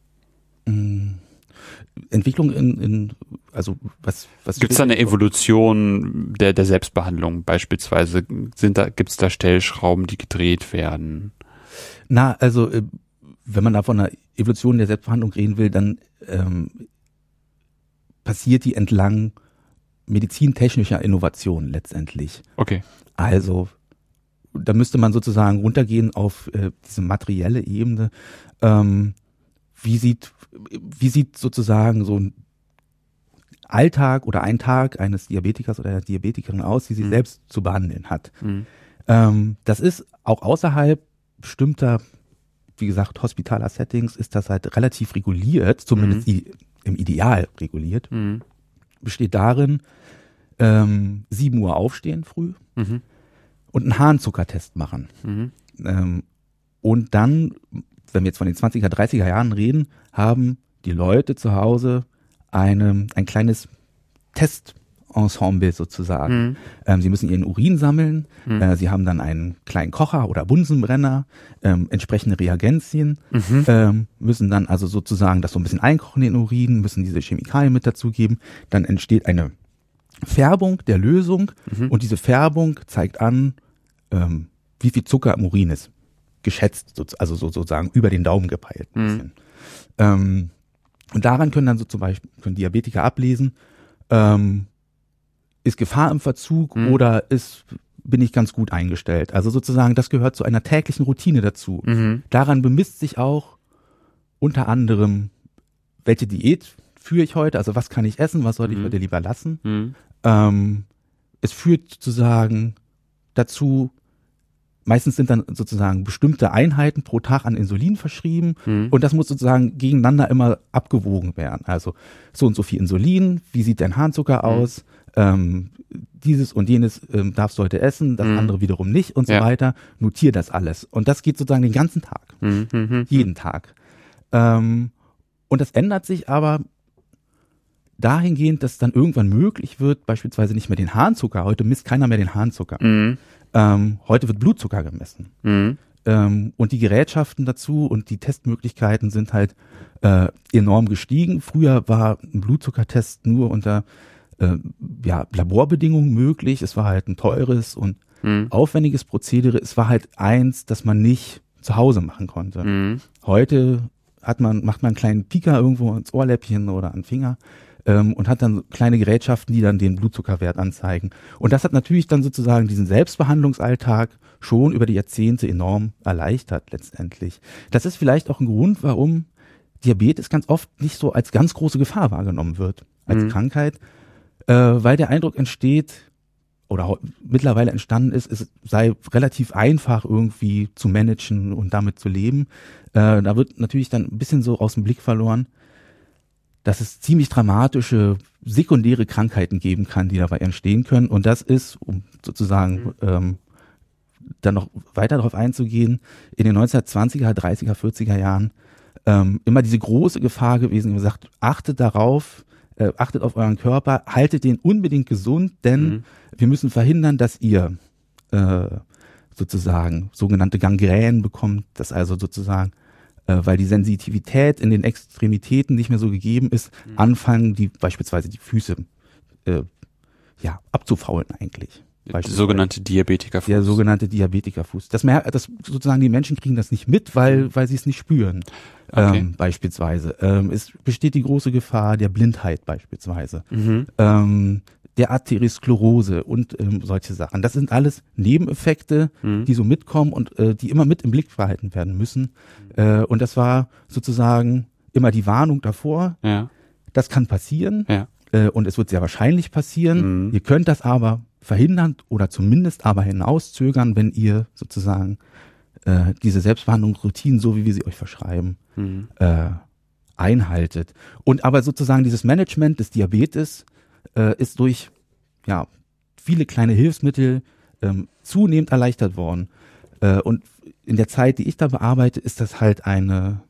Entwicklung in, in also was was gibt es da eine Evolution der der Selbstbehandlung beispielsweise? Sind da gibt es da Stellschrauben, die gedreht werden? Na, also wenn man da von einer Evolution der Selbstbehandlung reden will, dann ähm, passiert die entlang medizintechnischer Innovationen letztendlich. Okay. Also da müsste man sozusagen runtergehen auf äh, diese materielle Ebene. Ähm, wie sieht wie sieht sozusagen so ein Alltag oder ein Tag eines Diabetikers oder einer Diabetikerin aus, die sich mhm. selbst zu behandeln hat? Mhm. Ähm, das ist auch außerhalb bestimmter, wie gesagt, hospitaler Settings ist das halt relativ reguliert, zumindest mhm. im Ideal reguliert. Mhm. Besteht darin, ähm, sieben Uhr aufstehen früh mhm. und einen Harnzuckertest machen. Mhm. Ähm, und dann, wenn wir jetzt von den zwanziger, dreißiger Jahren reden, haben die Leute zu Hause eine, ein kleines Testensemble sozusagen. Mhm. Ähm, sie müssen ihren Urin sammeln, mhm. äh, sie haben dann einen kleinen Kocher oder Bunsenbrenner, ähm, entsprechende Reagenzien, mhm. ähm, müssen dann also sozusagen das so ein bisschen einkochen, den Urin, müssen diese Chemikalien mit dazugeben, dann entsteht eine Färbung der Lösung mhm. und diese Färbung zeigt an, ähm, wie viel Zucker im Urin ist. Geschätzt, also so, sozusagen über den Daumen gepeilt. Ein bisschen. Mhm. Ähm, und daran können dann so zum Beispiel können Diabetiker ablesen, ähm, ist Gefahr im Verzug mhm. oder ist, bin ich ganz gut eingestellt. Also sozusagen, das gehört zu einer täglichen Routine dazu. Mhm. Daran bemisst sich auch unter anderem, welche Diät führe ich heute, also was kann ich essen, was sollte mhm. ich heute lieber lassen. Mhm. Ähm, es führt sozusagen dazu, meistens sind dann sozusagen bestimmte Einheiten pro Tag an Insulin verschrieben mhm. und das muss sozusagen gegeneinander immer abgewogen werden. Also so und so viel Insulin, wie sieht dein Harnzucker aus, mhm. ähm, dieses und jenes ähm, darfst du heute essen, das mhm. andere wiederum nicht und so ja. weiter. Notier das alles. Und das geht sozusagen den ganzen Tag, mhm. jeden Tag. Ähm, und das ändert sich aber dahingehend, dass dann irgendwann möglich wird, beispielsweise nicht mehr den Harnzucker, heute misst keiner mehr den Harnzucker. Mhm. Ähm, heute wird Blutzucker gemessen. Mhm. Ähm, und die Gerätschaften dazu und die Testmöglichkeiten sind halt äh, enorm gestiegen. Früher war ein Blutzuckertest nur unter äh, ja, Laborbedingungen möglich. Es war halt ein teures und mhm. aufwendiges Prozedere. Es war halt eins, das man nicht zu Hause machen konnte. Mhm. Heute hat man, macht man einen kleinen Pieker irgendwo ins Ohrläppchen oder an den Finger ähm, und hat dann kleine Gerätschaften, die dann den Blutzuckerwert anzeigen. Und das hat natürlich dann sozusagen diesen Selbstbehandlungsalltag schon über die Jahrzehnte enorm erleichtert letztendlich. Das ist vielleicht auch ein Grund, warum Diabetes ganz oft nicht so als ganz große Gefahr wahrgenommen wird, als Mhm. Krankheit, äh, weil der Eindruck entsteht, oder mittlerweile entstanden ist, es sei relativ einfach irgendwie zu managen und damit zu leben. Äh, da wird natürlich dann ein bisschen so aus dem Blick verloren, dass es ziemlich dramatische sekundäre Krankheiten geben kann, die dabei entstehen können. Und das ist, um sozusagen Mhm. ähm, dann noch weiter darauf einzugehen, in den neunzehnhundertzwanziger, dreißiger, vierziger Jahren ähm, immer diese große Gefahr gewesen, wie gesagt, achtet darauf, äh, achtet auf euren Körper, haltet den unbedingt gesund, denn Mhm. wir müssen verhindern, dass ihr äh, sozusagen sogenannte Gangränen bekommt, dass also sozusagen, äh, weil die Sensitivität in den Extremitäten nicht mehr so gegeben ist, Mhm. anfangen die beispielsweise die Füße äh, ja abzufaulen eigentlich. Der sogenannte Diabetikerfuß. Der sogenannte Diabetikerfuß. Das, mer- das sozusagen die Menschen kriegen das nicht mit, weil weil sie es nicht spüren. Okay. Ähm, beispielsweise. Ähm, es besteht die große Gefahr der Blindheit beispielsweise. Mhm. Ähm, der Arteriosklerose und ähm, solche Sachen. Das sind alles Nebeneffekte, Mhm. die so mitkommen und äh, die immer mit im Blick behalten werden müssen. Äh, und das war sozusagen immer die Warnung davor. Ja. Das kann passieren Ja. äh, und es wird sehr wahrscheinlich passieren. Mhm. Ihr könnt das aber verhindern oder zumindest aber hinauszögern, wenn ihr sozusagen äh, diese Selbstbehandlungsroutinen, so wie wir sie euch verschreiben, Mhm. äh, einhaltet. Und aber sozusagen dieses Management des Diabetes äh, ist durch ja viele kleine Hilfsmittel ähm, zunehmend erleichtert worden. Äh, und in der Zeit, die ich da bearbeite, ist das halt eine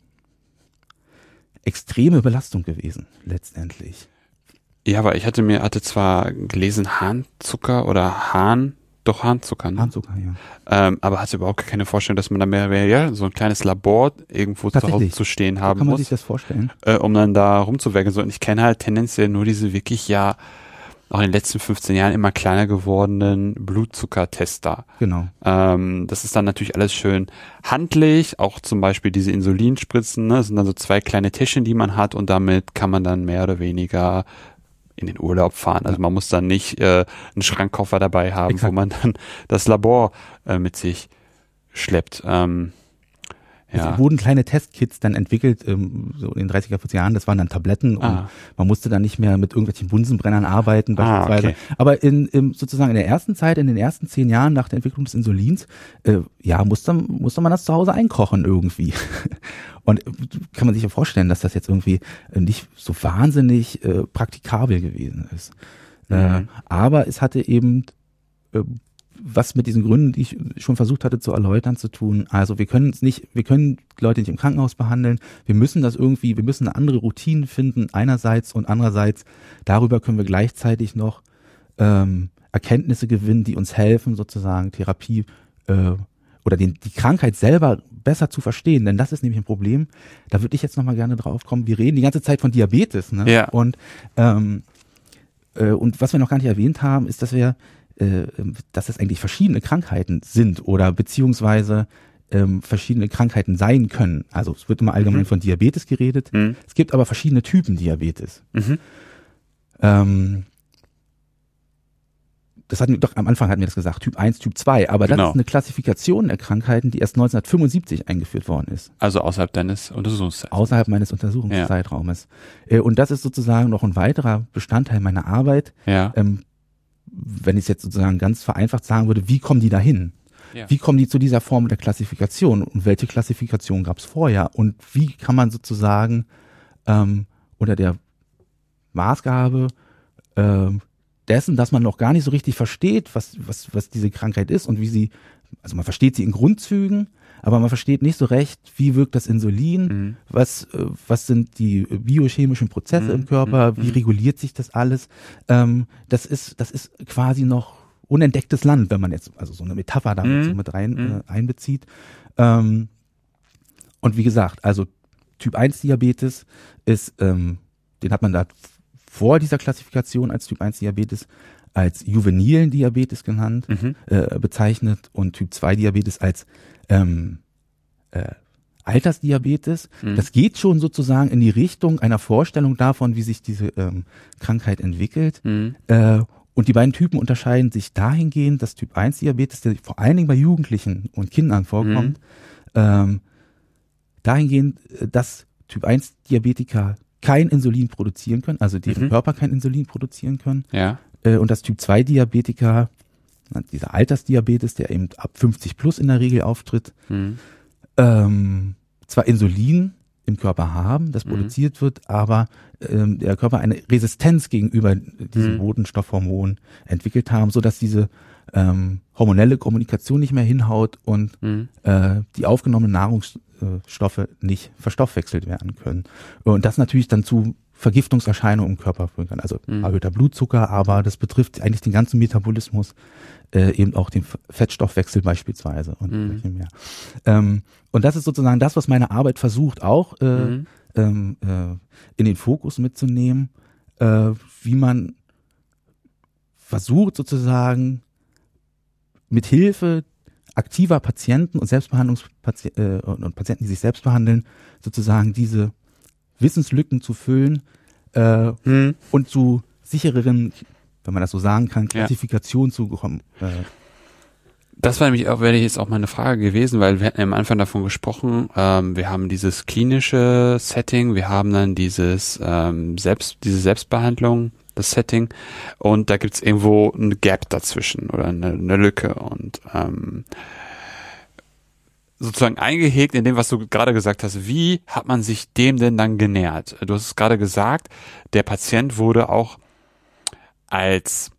extreme Belastung gewesen, letztendlich. Ja, aber ich hatte mir, hatte zwar gelesen Harnzucker oder Hahn, doch Harnzucker, ne? Harnzucker, ja. Ähm, aber hatte überhaupt keine Vorstellung, dass man da mehr, mehr ja, so ein kleines Labor irgendwo zu Hause Tatsächlich. zu stehen So haben kann man muss, sich das vorstellen. äh, um dann da rumzuwerken. So, und ich kenne halt tendenziell nur diese wirklich ja auch in den letzten fünfzehn Jahren immer kleiner gewordenen Blutzuckertester. Genau. Ähm, das ist dann natürlich alles schön handlich, auch zum Beispiel diese Insulinspritzen, ne? Das sind dann so zwei kleine Täschchen, die man hat und damit kann man dann mehr oder weniger in den Urlaub fahren. Also man muss dann nicht äh, einen Schrankkoffer dabei haben, Exakt. wo man dann das Labor äh, mit sich schleppt. Ähm, ja. Es wurden kleine Testkits dann entwickelt, ähm, so in den dreißiger, vierziger Jahren, das waren dann Tabletten und Ah. man musste dann nicht mehr mit irgendwelchen Bunsenbrennern arbeiten Ah, beispielsweise. okay. Aber in, in sozusagen in der ersten Zeit, in den ersten zehn Jahren nach der Entwicklung des Insulins, äh, ja, musste, musste man das zu Hause einkochen irgendwie. Und äh, kann man sich ja vorstellen, dass das jetzt irgendwie äh, nicht so wahnsinnig äh, praktikabel gewesen ist. Äh, Mhm. aber es hatte eben äh, was mit diesen Gründen, die ich schon versucht hatte zu erläutern, zu tun. Also wir können es nicht, wir können Leute nicht im Krankenhaus behandeln. Wir müssen das irgendwie, wir müssen eine andere Routine finden einerseits und andererseits darüber können wir gleichzeitig noch ähm, Erkenntnisse gewinnen, die uns helfen, sozusagen Therapie äh, oder den, die Krankheit selber besser zu verstehen. Denn das ist nämlich ein Problem. Da würde ich jetzt nochmal gerne drauf kommen. Wir reden die ganze Zeit von Diabetes, ne? Ja. Und ähm, äh, und was wir noch gar nicht erwähnt haben, ist, dass wir äh, dass es eigentlich verschiedene Krankheiten sind oder beziehungsweise ähm, verschiedene Krankheiten sein können. Also es wird immer allgemein Mhm. von Diabetes geredet. Mhm. Es gibt aber verschiedene Typen Diabetes. Mhm. Ähm, das hatten wir doch am Anfang hatten wir das gesagt, Typ eins, Typ zwei, aber Genau. das ist eine Klassifikation der Krankheiten, die erst neunzehnhundertfünfundsiebzig eingeführt worden ist, Also außerhalb deines Untersuchungszeitraums. außerhalb meines Untersuchungszeitraumes. Äh, Und das ist sozusagen noch ein weiterer Bestandteil meiner Arbeit. Ja. Ähm, wenn ich es jetzt sozusagen ganz vereinfacht sagen würde, wie kommen die dahin? Ja. Wie kommen die zu dieser Form der Klassifikation und welche Klassifikation gab es vorher und wie kann man sozusagen ähm, unter der Maßgabe ähm, dessen, dass man noch gar nicht so richtig versteht, was, was, was diese Krankheit ist und wie sie, also man versteht sie in Grundzügen, aber man versteht nicht so recht, wie wirkt das Insulin, Mhm. was, äh, was sind die biochemischen Prozesse Mhm. im Körper, wie Mhm. reguliert sich das alles. Ähm, das ist, das ist quasi noch unentdecktes Land, wenn man jetzt also so eine Metapher damit Mhm. so mit rein Mhm. äh, einbezieht. Ähm, und wie gesagt, also Typ eins Diabetes ist, ähm, den hat man da vor dieser Klassifikation als Typ eins Diabetes als juvenilen Diabetes genannt, Mhm. äh, bezeichnet und Typ zwei Diabetes als ähm, äh, Altersdiabetes. Mhm. Das geht schon sozusagen in die Richtung einer Vorstellung davon, wie sich diese ähm, Krankheit entwickelt. Mhm. Äh, und die beiden Typen unterscheiden sich dahingehend, dass Typ eins Diabetes, der vor allen Dingen bei Jugendlichen und Kindern vorkommt, mhm. ähm, dahingehend, dass Typ eins Diabetiker kein Insulin produzieren können, also deren mhm. Körper kein Insulin produzieren können. Ja. Äh, und dass Typ zwei Diabetiker, dieser Altersdiabetes, der eben ab fünfzig plus in der Regel auftritt, mhm. ähm, zwar Insulin im Körper haben, das mhm. produziert wird, aber ähm, der Körper eine Resistenz gegenüber diesem mhm. Botenstoffhormon entwickelt haben, sodass diese ähm, hormonelle Kommunikation nicht mehr hinhaut und mhm. äh, die aufgenommenen Nahrungsstoffe nicht verstoffwechselt werden können. Und das natürlich dann zu Vergiftungserscheinungen im Körper führen kann. Also mhm. erhöhter Blutzucker, aber das betrifft eigentlich den ganzen Metabolismus, äh, eben auch den Fettstoffwechsel beispielsweise und mhm. viel mehr. Ähm, und das ist sozusagen das, was meine Arbeit versucht, auch äh, mhm. ähm, äh, in den Fokus mitzunehmen, äh, wie man versucht sozusagen mit Hilfe aktiver Patienten und Selbstbehandlungspatienten äh, und Patienten, die sich selbst behandeln, sozusagen diese Wissenslücken zu füllen äh, hm. und zu sichereren, wenn man das so sagen kann, Klassifikation ja. zu kommen. Äh. Das war nämlich auch, wäre jetzt auch meine Frage gewesen, weil wir hatten am Anfang davon gesprochen, ähm, wir haben dieses klinische Setting, wir haben dann dieses ähm, Selbst, diese Selbstbehandlung, das Setting, und da gibt's irgendwo eine Gap dazwischen oder eine, eine Lücke und ähm, sozusagen eingehegt in dem, was du gerade gesagt hast. Wie hat man sich dem denn dann genähert? Du hast es gerade gesagt, der Patient wurde auch als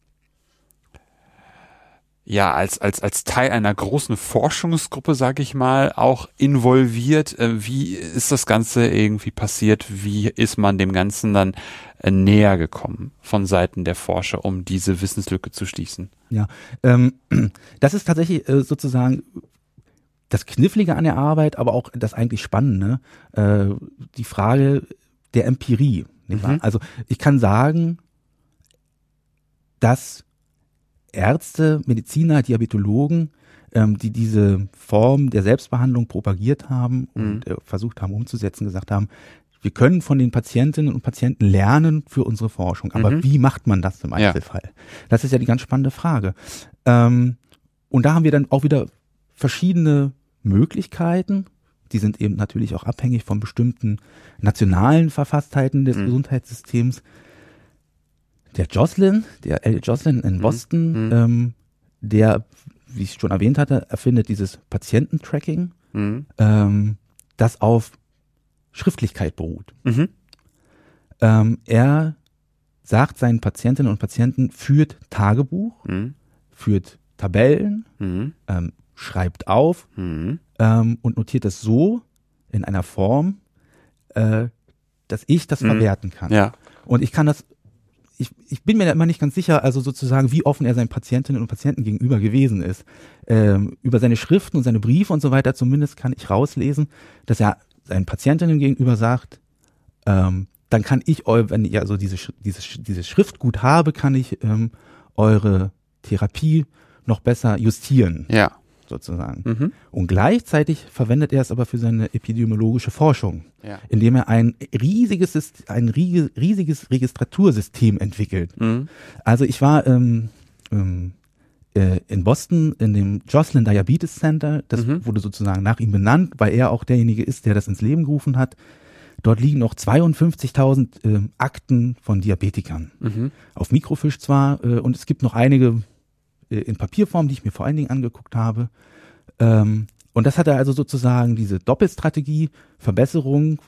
ja, als, als, als Teil einer großen Forschungsgruppe, sag ich mal, auch involviert. Wie ist das Ganze irgendwie passiert? Wie ist man dem Ganzen dann näher gekommen von Seiten der Forscher, um diese Wissenslücke zu schließen? Ja, ähm, das ist tatsächlich äh, sozusagen das Knifflige an der Arbeit, aber auch das eigentlich Spannende, äh, die Frage der Empirie. Nicht wahr? Mhm. Also ich kann sagen, dass Ärzte, Mediziner, Diabetologen, ähm, die diese Form der Selbstbehandlung propagiert haben und mhm. äh, versucht haben umzusetzen, gesagt haben, wir können von den Patientinnen und Patienten lernen für unsere Forschung. Aber mhm. wie macht man das im Einzelfall? Ja. Das ist ja die ganz spannende Frage. Ähm, und da haben wir dann auch wieder verschiedene Möglichkeiten. Die sind eben natürlich auch abhängig von bestimmten nationalen Verfasstheiten des mhm. Gesundheitssystems. Der Joslin, der Elliot Joslin in Boston, mhm. ähm, der, wie ich schon erwähnt hatte, erfindet dieses Patiententracking, mhm. ähm, das auf Schriftlichkeit beruht. Mhm. Ähm, er sagt seinen Patientinnen und Patienten, führt Tagebuch, mhm. führt Tabellen, mhm. ähm, schreibt auf mhm. ähm, und notiert das so in einer Form, äh, dass ich das mhm. verwerten kann. Ja. Und ich kann das Ich, ich bin mir da immer nicht ganz sicher, also sozusagen, wie offen er seinen Patientinnen und Patienten gegenüber gewesen ist. Ähm, über seine Schriften und seine Briefe und so weiter zumindest kann ich rauslesen, dass er seinen Patientinnen gegenüber sagt, ähm, dann kann ich, eu, wenn ich also diese, dieses, dieses Schriftgut habe, kann ich ähm, eure Therapie noch besser justieren. Ja. Sozusagen. Mhm. Und gleichzeitig verwendet er es aber für seine epidemiologische Forschung, ja. indem er ein riesiges, ein riesiges Registratursystem entwickelt. Mhm. Also ich war ähm, ähm, äh, in Boston in dem Joslin Diabetes Center, das mhm. wurde sozusagen nach ihm benannt, weil er auch derjenige ist, der das ins Leben gerufen hat. Dort liegen noch zweiundfünfzigtausend äh, Akten von Diabetikern. Mhm. Auf Mikrofisch zwar, äh, und es gibt noch einige in Papierform, die ich mir vor allen Dingen angeguckt habe. Ähm, und das hat er also sozusagen diese Doppelstrategie, Verbesserung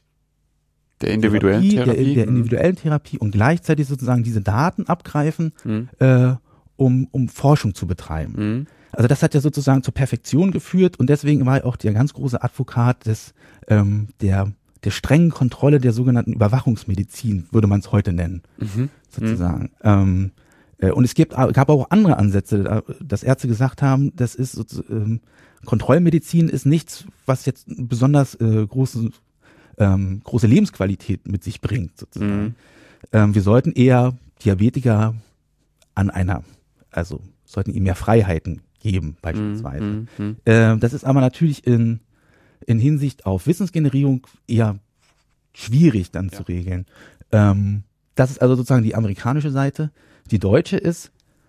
der individuellen Therapie, Therapie der, der individuellen Therapie und gleichzeitig sozusagen diese Daten abgreifen, mhm. äh, um, um Forschung zu betreiben. Mhm. Also das hat ja sozusagen zur Perfektion geführt und deswegen war er auch der ganz große Advokat des, ähm, der, der strengen Kontrolle der sogenannten Überwachungsmedizin, würde man es heute nennen, mhm. sozusagen. Mhm. Ähm, Und es gibt, gab auch andere Ansätze, dass Ärzte gesagt haben, das ist ähm, Kontrollmedizin ist nichts, was jetzt besonders äh, große, ähm, große Lebensqualität mit sich bringt, sozusagen. Mhm. Ähm, wir sollten eher Diabetiker an einer, also sollten ihm mehr Freiheiten geben, beispielsweise. Mhm. Mhm. Äh, das ist aber natürlich in in Hinsicht auf Wissensgenerierung eher schwierig dann ja. zu regeln. Ähm, das ist also sozusagen die amerikanische Seite. Die deutsche ist,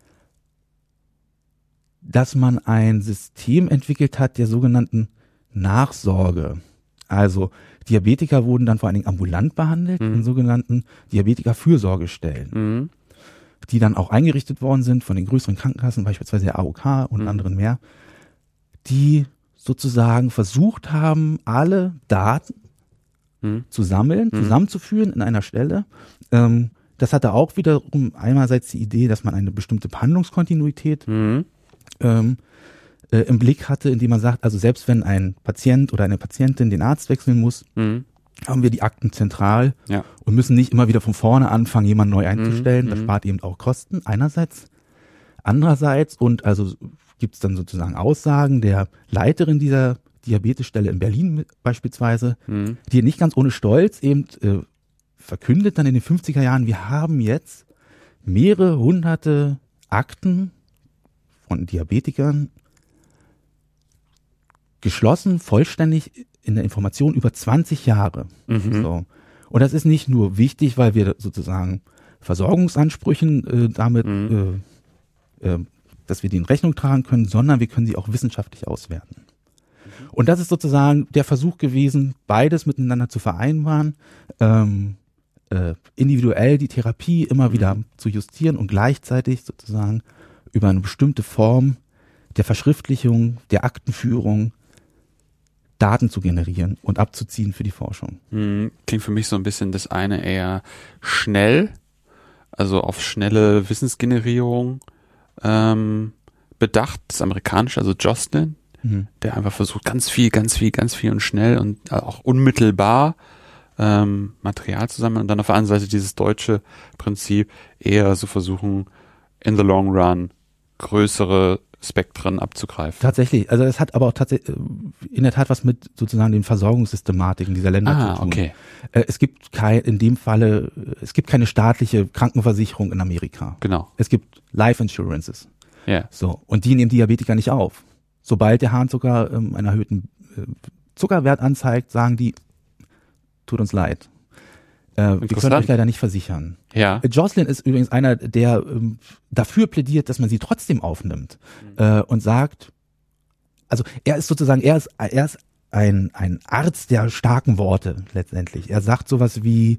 dass man ein System entwickelt hat der sogenannten Nachsorge. Also Diabetiker wurden dann vor allen Dingen ambulant behandelt mhm. in sogenannten Diabetiker-Fürsorgestellen, mhm. die dann auch eingerichtet worden sind von den größeren Krankenkassen, beispielsweise der A O K und mhm. anderen mehr, die sozusagen versucht haben, alle Daten mhm. zu sammeln, mhm. zusammenzuführen in einer Stelle. Ähm, das hatte auch wiederum einerseits die Idee, dass man eine bestimmte Behandlungskontinuität mhm. ähm, äh, im Blick hatte, indem man sagt, also selbst wenn ein Patient oder eine Patientin den Arzt wechseln muss, mhm. haben wir die Akten zentral ja. und müssen nicht immer wieder von vorne anfangen, jemanden neu einzustellen. Mhm. Das spart eben auch Kosten einerseits. Andererseits, und also gibt es dann sozusagen Aussagen der Leiterin dieser Diabetesstelle in Berlin beispielsweise, mhm. die nicht ganz ohne Stolz eben äh, verkündet dann in den fünfziger Jahren, wir haben jetzt mehrere hunderte Akten von Diabetikern geschlossen, vollständig in der Information über zwanzig Jahre. Mhm. So. Und das ist nicht nur wichtig, weil wir sozusagen Versorgungsansprüchen äh, damit, mhm. äh, äh, dass wir die in Rechnung tragen können, sondern wir können sie auch wissenschaftlich auswerten. Mhm. Und das ist sozusagen der Versuch gewesen, beides miteinander zu vereinbaren, ähm, äh, individuell die Therapie immer mhm. wieder zu justieren und gleichzeitig sozusagen über eine bestimmte Form der Verschriftlichung, der Aktenführung Daten zu generieren und abzuziehen für die Forschung. Hm, klingt für mich so ein bisschen das eine eher schnell, also auf schnelle Wissensgenerierung ähm, bedacht, das amerikanische, also Jocelyn, mhm. der einfach versucht, ganz viel, ganz viel, ganz viel und schnell und auch unmittelbar ähm, Material zu sammeln und dann auf der anderen Seite dieses deutsche Prinzip eher so versuchen, in the long run größere Spektren abzugreifen. Tatsächlich, also es hat aber auch tatsächlich in der Tat was mit sozusagen den Versorgungssystematiken dieser Länder ah, zu tun. Okay. Es gibt kein, in dem Falle, es gibt keine staatliche Krankenversicherung in Amerika. Genau. Es gibt Life Insurances. Ja. Yeah. So. Und die nehmen Diabetiker nicht auf. Sobald der Harnzucker ähm, einen erhöhten äh, Zuckerwert anzeigt, sagen die, tut uns leid. Äh, wir können euch leider nicht versichern. Ja. Jocelyn ist übrigens einer, der ähm, dafür plädiert, dass man sie trotzdem aufnimmt mhm. äh, und sagt, also er ist sozusagen, er ist, er ist ein, ein Arzt der starken Worte letztendlich. Er sagt sowas wie,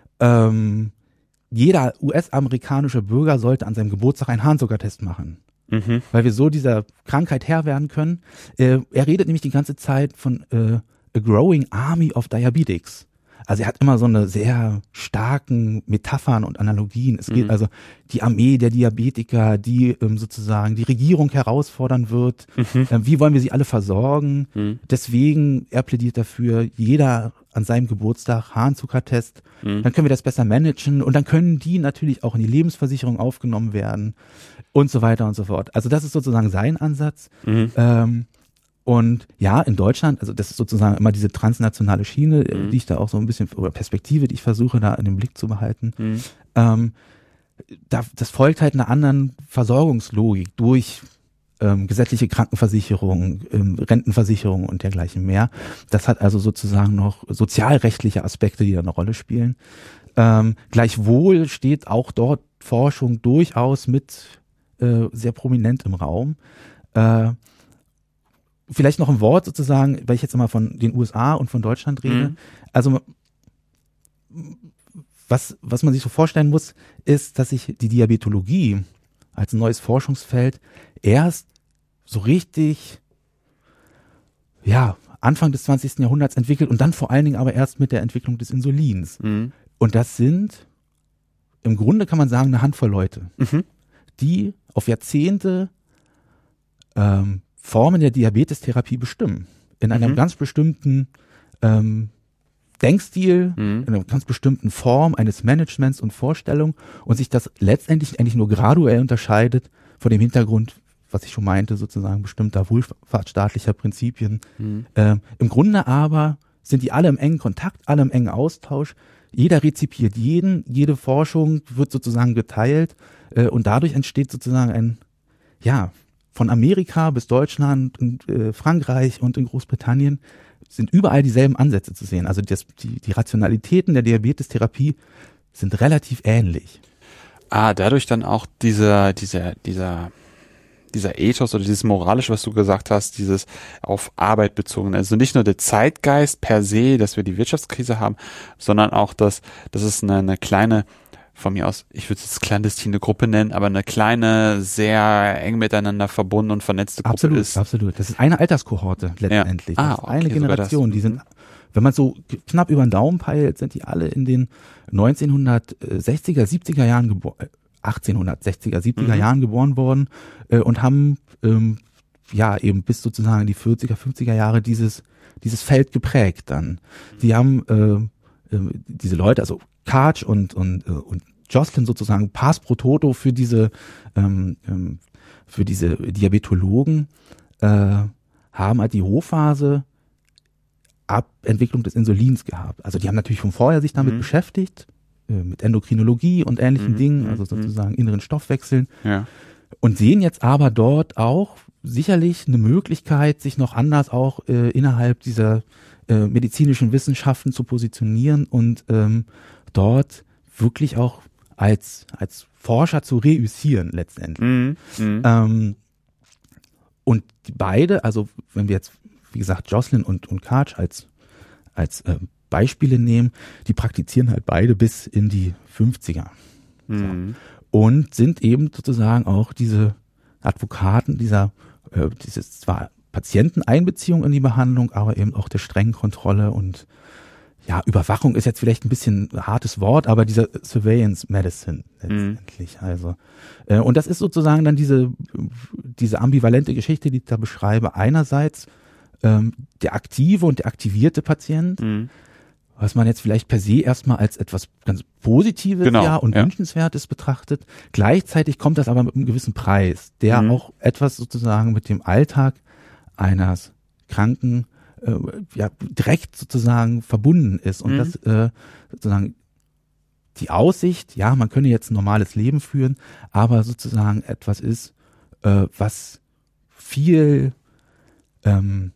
ähm, jeder U S-amerikanische Bürger sollte an seinem Geburtstag einen Harnzuckertest machen. Mhm. Weil wir so dieser Krankheit Herr werden können. Äh, er redet nämlich die ganze Zeit von äh, a growing army of diabetics. Also er hat immer so eine sehr starken Metaphern und Analogien. Es geht mhm. also die Armee der Diabetiker, die ähm, sozusagen die Regierung herausfordern wird. Mhm. Ähm, wie wollen wir sie alle versorgen? Mhm. Deswegen, er plädiert dafür, jeder an seinem Geburtstag Harnzuckertest. Mhm. Dann können wir das besser managen und dann können die natürlich auch in die Lebensversicherung aufgenommen werden und so weiter und so fort. Also das ist sozusagen sein Ansatz. Mhm. Ähm, Und ja, in Deutschland, also das ist sozusagen immer diese transnationale Schiene, mhm. die ich da auch so ein bisschen, oder Perspektive, die ich versuche da in den Blick zu behalten. Mhm. Ähm, da, das folgt halt einer anderen Versorgungslogik durch ähm, gesetzliche Krankenversicherung, ähm, Rentenversicherung und dergleichen mehr. Das hat also sozusagen noch sozialrechtliche Aspekte, die da eine Rolle spielen. Ähm, gleichwohl steht auch dort Forschung durchaus mit äh, sehr prominent im Raum. Äh, Vielleicht noch ein Wort sozusagen, weil ich jetzt immer von den U S A und von Deutschland rede. Mhm. Also was, was man sich so vorstellen muss, ist, dass sich die Diabetologie als ein neues Forschungsfeld erst so richtig, ja, Anfang des zwanzigsten Jahrhunderts entwickelt und dann vor allen Dingen aber erst mit der Entwicklung des Insulins. Mhm. Und das sind im Grunde, kann man sagen, eine Handvoll Leute, mhm. die auf Jahrzehnte ähm, Formen der Diabetestherapie bestimmen. In einem mhm. ganz bestimmten ähm, Denkstil, mhm. in einer ganz bestimmten Form eines Managements und Vorstellung und sich das letztendlich eigentlich nur graduell unterscheidet von dem Hintergrund, was ich schon meinte, sozusagen bestimmter wohlfahrtsstaatlicher Prinzipien. Mhm. Ähm, Im Grunde aber sind die alle im engen Kontakt, alle im engen Austausch. Jeder rezipiert jeden, jede Forschung wird sozusagen geteilt äh, und dadurch entsteht sozusagen ein, ja, von Amerika bis Deutschland und äh, Frankreich und in Großbritannien sind überall dieselben Ansätze zu sehen. Also das, die, die Rationalitäten der Diabetestherapie sind relativ ähnlich. Ah, dadurch dann auch dieser, dieser, dieser, dieser Ethos oder dieses Moralische, was du gesagt hast, dieses auf Arbeit bezogen. Also nicht nur der Zeitgeist per se, dass wir die Wirtschaftskrise haben, sondern auch, dass, dass es eine, eine kleine, von mir aus, ich würde es jetzt clandestine Gruppe nennen, aber eine kleine, sehr eng miteinander verbundene und vernetzte Gruppe absolut, ist. Absolut, das ist eine Alterskohorte letztendlich. Ja. Ah, das ist eine okay, Generation, die sind, wenn man so knapp über den Daumen peilt, sind die alle in den neunzehnhundertsechziger, siebziger Jahren geboren, achtzehnhundertsechziger, siebziger mhm. Jahren geboren worden äh, und haben ähm, ja eben bis sozusagen die vierziger, fünfziger Jahre dieses dieses Feld geprägt dann. Die haben äh, äh, diese Leute, also Karch und und äh, und Joslin sozusagen Pass pro Toto für diese ähm, ähm, für diese Diabetologen äh, haben halt die Hochphase ab Entwicklung des Insulins gehabt. Also die haben natürlich von vorher sich damit mhm. beschäftigt, äh, mit Endokrinologie und ähnlichen mhm. Dingen, also sozusagen inneren Stoffwechseln. Ja. Und sehen jetzt aber dort auch sicherlich eine Möglichkeit, sich noch anders auch äh, innerhalb dieser äh, medizinischen Wissenschaften zu positionieren und ähm, dort wirklich auch als als Forscher zu reüssieren letztendlich. Mhm. Mhm. Ähm, und die beide, also wenn wir jetzt, wie gesagt, Joslin und, und Karch als, als äh, Beispiele nehmen, die praktizieren halt beide bis in die fünfziger. Mhm. So. Und sind eben sozusagen auch diese Advokaten dieser, äh, dieses zwar Patienteneinbeziehung in die Behandlung, aber eben auch der strengen Kontrolle und ja, Überwachung ist jetzt vielleicht ein bisschen ein hartes Wort, aber dieser Surveillance Medicine letztendlich. Mhm. Also äh, und das ist sozusagen dann diese diese ambivalente Geschichte, die ich da beschreibe. Einerseits ähm, der aktive und der aktivierte Patient, mhm. was man jetzt vielleicht per se erstmal als etwas ganz Positives genau, ja und ja. Wünschenswertes betrachtet. Gleichzeitig kommt das aber mit einem gewissen Preis, der mhm. auch etwas sozusagen mit dem Alltag eines Kranken äh, ja direkt sozusagen verbunden ist und mhm. das äh, sozusagen die Aussicht, ja, man könne jetzt ein normales Leben führen, aber sozusagen etwas ist, äh, was viel ähm,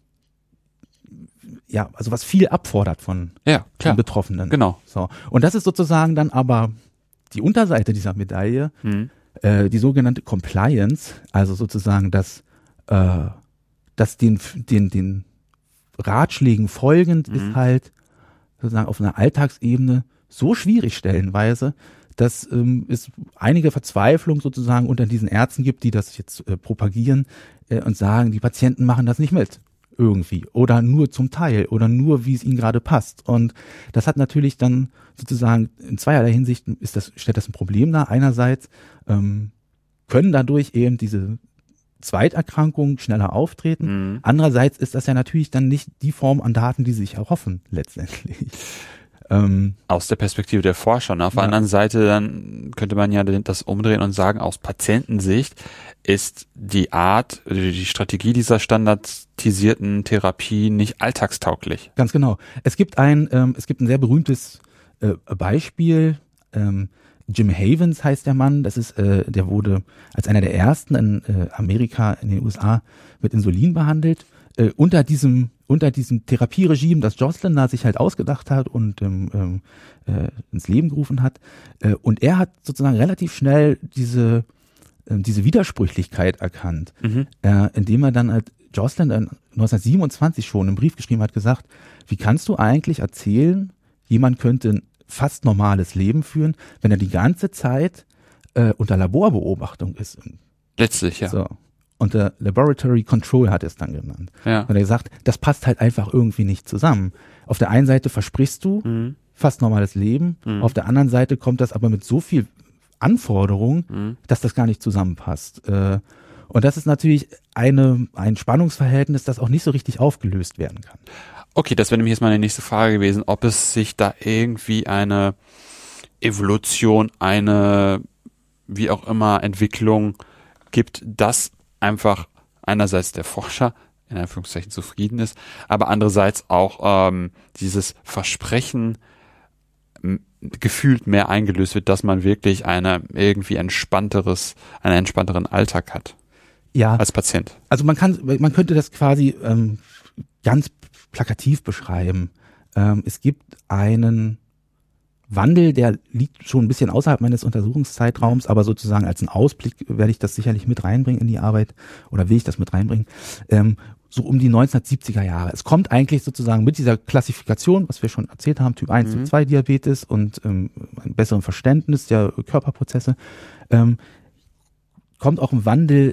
ja, also was viel abfordert von, ja, von Betroffenen. Genau. So. Und das ist sozusagen dann aber die Unterseite dieser Medaille, mhm. äh, die sogenannte Compliance, also sozusagen das, äh, das den, den, den Ratschlägen folgend mhm. ist halt sozusagen auf einer Alltagsebene so schwierig stellenweise, dass ähm, es einige Verzweiflung sozusagen unter diesen Ärzten gibt, die das jetzt äh, propagieren äh, und sagen, die Patienten machen das nicht mit. Irgendwie oder nur zum Teil oder nur wie es ihnen gerade passt, und das hat natürlich dann sozusagen in zweierlei Hinsicht ist das stellt das ein Problem dar. Einerseits ähm, können dadurch eben diese Zweiterkrankungen schneller auftreten. Mhm. Andererseits ist das ja natürlich dann nicht die Form an Daten, die sie sich erhoffen letztendlich. Ähm, aus der Perspektive der Forscher. Und auf der ja. anderen Seite dann könnte man ja das umdrehen und sagen, aus Patientensicht ist die Art, die Strategie dieser standardisierten Therapie nicht alltagstauglich. Ganz genau. Es gibt ein, ähm, es gibt ein sehr berühmtes äh, Beispiel. Ähm, Jim Havens heißt der Mann. Das ist, äh, der wurde als einer der ersten in äh, Amerika, in den U S A mit Insulin behandelt. Äh, unter diesem unter diesem Therapieregime, das Joslin da sich halt ausgedacht hat und ähm, ähm, äh, ins Leben gerufen hat. Äh, und er hat sozusagen relativ schnell diese äh, diese Widersprüchlichkeit erkannt, mhm. äh, indem er dann halt Joslin dann neunzehnhundertsiebenundzwanzig schon im Brief geschrieben hat, gesagt, wie kannst du eigentlich erzählen, jemand könnte ein fast normales Leben führen, wenn er die ganze Zeit äh, unter Laborbeobachtung ist. Letztlich, ja. So. Unter Laboratory Control hat er es dann genannt. Ja. Und er gesagt, das passt halt einfach irgendwie nicht zusammen. Auf der einen Seite versprichst du mhm. fast normales Leben, mhm. auf der anderen Seite kommt das aber mit so viel Anforderungen, mhm. dass das gar nicht zusammenpasst. Und das ist natürlich eine, ein Spannungsverhältnis, das auch nicht so richtig aufgelöst werden kann. Okay, das wäre nämlich jetzt meine nächste Frage gewesen, ob es sich da irgendwie eine Evolution, eine wie auch immer Entwicklung gibt, dass einfach einerseits der Forscher in Anführungszeichen zufrieden ist, aber andererseits auch ähm, dieses Versprechen m- gefühlt mehr eingelöst wird, dass man wirklich eine irgendwie entspannteres, einen entspannteren Alltag hat. Ja. Als Patient. Also man kann, man könnte das quasi ähm, ganz plakativ beschreiben. Ähm, es gibt einen Wandel, der liegt schon ein bisschen außerhalb meines Untersuchungszeitraums, aber sozusagen als einen Ausblick werde ich das sicherlich mit reinbringen in die Arbeit oder will ich das mit reinbringen, ähm, so um die neunzehnhundertsiebziger Jahre. Es kommt eigentlich sozusagen mit dieser Klassifikation, was wir schon erzählt haben, Typ eins, mhm. Typ zwei Diabetes und ähm, einem besseren Verständnis der Körperprozesse, ähm, kommt auch ein Wandel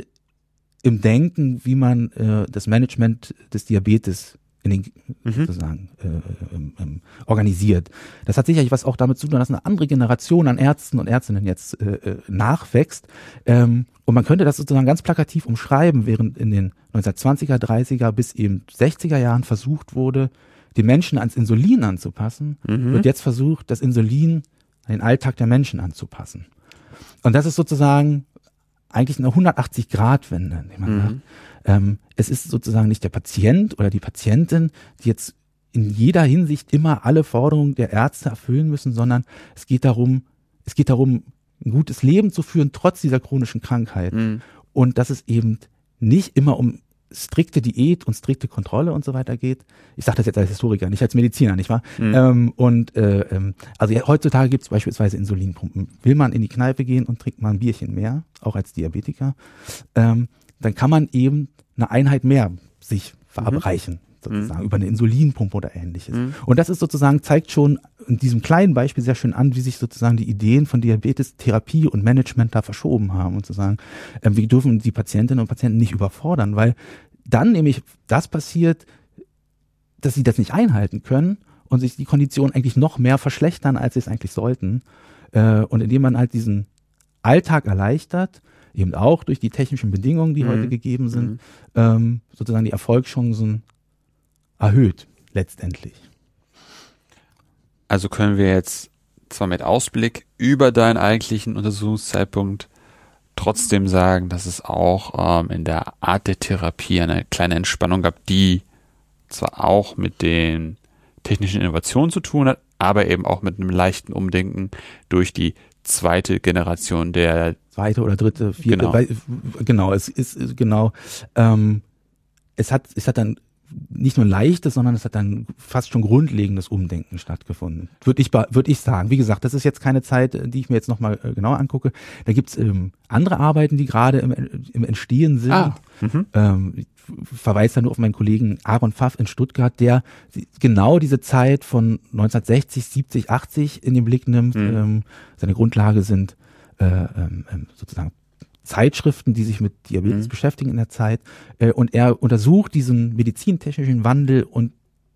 im Denken, wie man äh, das Management des Diabetes in den, mhm. sozusagen äh, ähm, ähm, organisiert. Das hat sicherlich was auch damit zu tun, dass eine andere Generation an Ärzten und Ärztinnen jetzt äh, nachwächst. Ähm, und man könnte das sozusagen ganz plakativ umschreiben, während in den neunzehnhundertzwanziger, dreißiger bis eben sechziger Jahren versucht wurde, die Menschen ans Insulin anzupassen, mhm. wird jetzt versucht, das Insulin an den Alltag der Menschen anzupassen. Und das ist sozusagen eigentlich eine hundertachtzig-Grad-Wende, die man mhm. sagt. Ähm, es ist sozusagen nicht der Patient oder die Patientin, die jetzt in jeder Hinsicht immer alle Forderungen der Ärzte erfüllen müssen, sondern es geht darum, es geht darum, ein gutes Leben zu führen, trotz dieser chronischen Krankheit. Mhm. Und dass es eben nicht immer um strikte Diät und strikte Kontrolle und so weiter geht. Ich sage das jetzt als Historiker, nicht als Mediziner, nicht wahr? Mhm. Ähm, und äh, ähm, also ja, heutzutage gibt es beispielsweise Insulinpumpen. Will man in die Kneipe gehen und trinkt mal ein Bierchen mehr, auch als Diabetiker, ähm, dann kann man eben eine Einheit mehr sich verabreichen, mhm. sozusagen, mhm. über eine Insulinpumpe oder ähnliches. Mhm. Und das ist sozusagen, zeigt schon in diesem kleinen Beispiel sehr schön an, wie sich sozusagen die Ideen von Diabetes-Therapie und Management da verschoben haben und zu sagen, äh, wir dürfen die Patientinnen und Patienten nicht überfordern, weil dann nämlich das passiert, dass sie das nicht einhalten können und sich die Konditionen eigentlich noch mehr verschlechtern, als sie es eigentlich sollten. Äh, und indem man halt diesen Alltag erleichtert, eben auch durch die technischen Bedingungen, die mhm. heute gegeben sind, mhm. ähm, sozusagen die Erfolgschancen erhöht, letztendlich. Also können wir jetzt zwar mit Ausblick über deinen eigentlichen Untersuchungszeitpunkt trotzdem sagen, dass es auch ähm, in der Art der Therapie eine kleine Entspannung gab, die zwar auch mit den technischen Innovationen zu tun hat, aber eben auch mit einem leichten Umdenken durch die zweite Generation der zweite oder dritte, vierte, genau, weil, genau es ist genau, ähm, es hat es hat dann nicht nur leichtes, sondern es hat dann fast schon grundlegendes Umdenken stattgefunden. Würde ich würde ich sagen. Wie gesagt, das ist jetzt keine Zeit, die ich mir jetzt nochmal genauer angucke. Da gibt's ähm, andere Arbeiten, die gerade im, im Entstehen sind. Ah, ähm, ich verweise da nur auf meinen Kollegen Aaron Pfaff in Stuttgart, der genau diese Zeit von neunzehnhundertsechzig, siebzig, achtzig in den Blick nimmt. Mhm. Ähm, seine Grundlage sind äh, ähm, sozusagen Zeitschriften, die sich mit Diabetes mhm. beschäftigen in der Zeit. Äh, und er untersucht diesen medizintechnischen Wandel und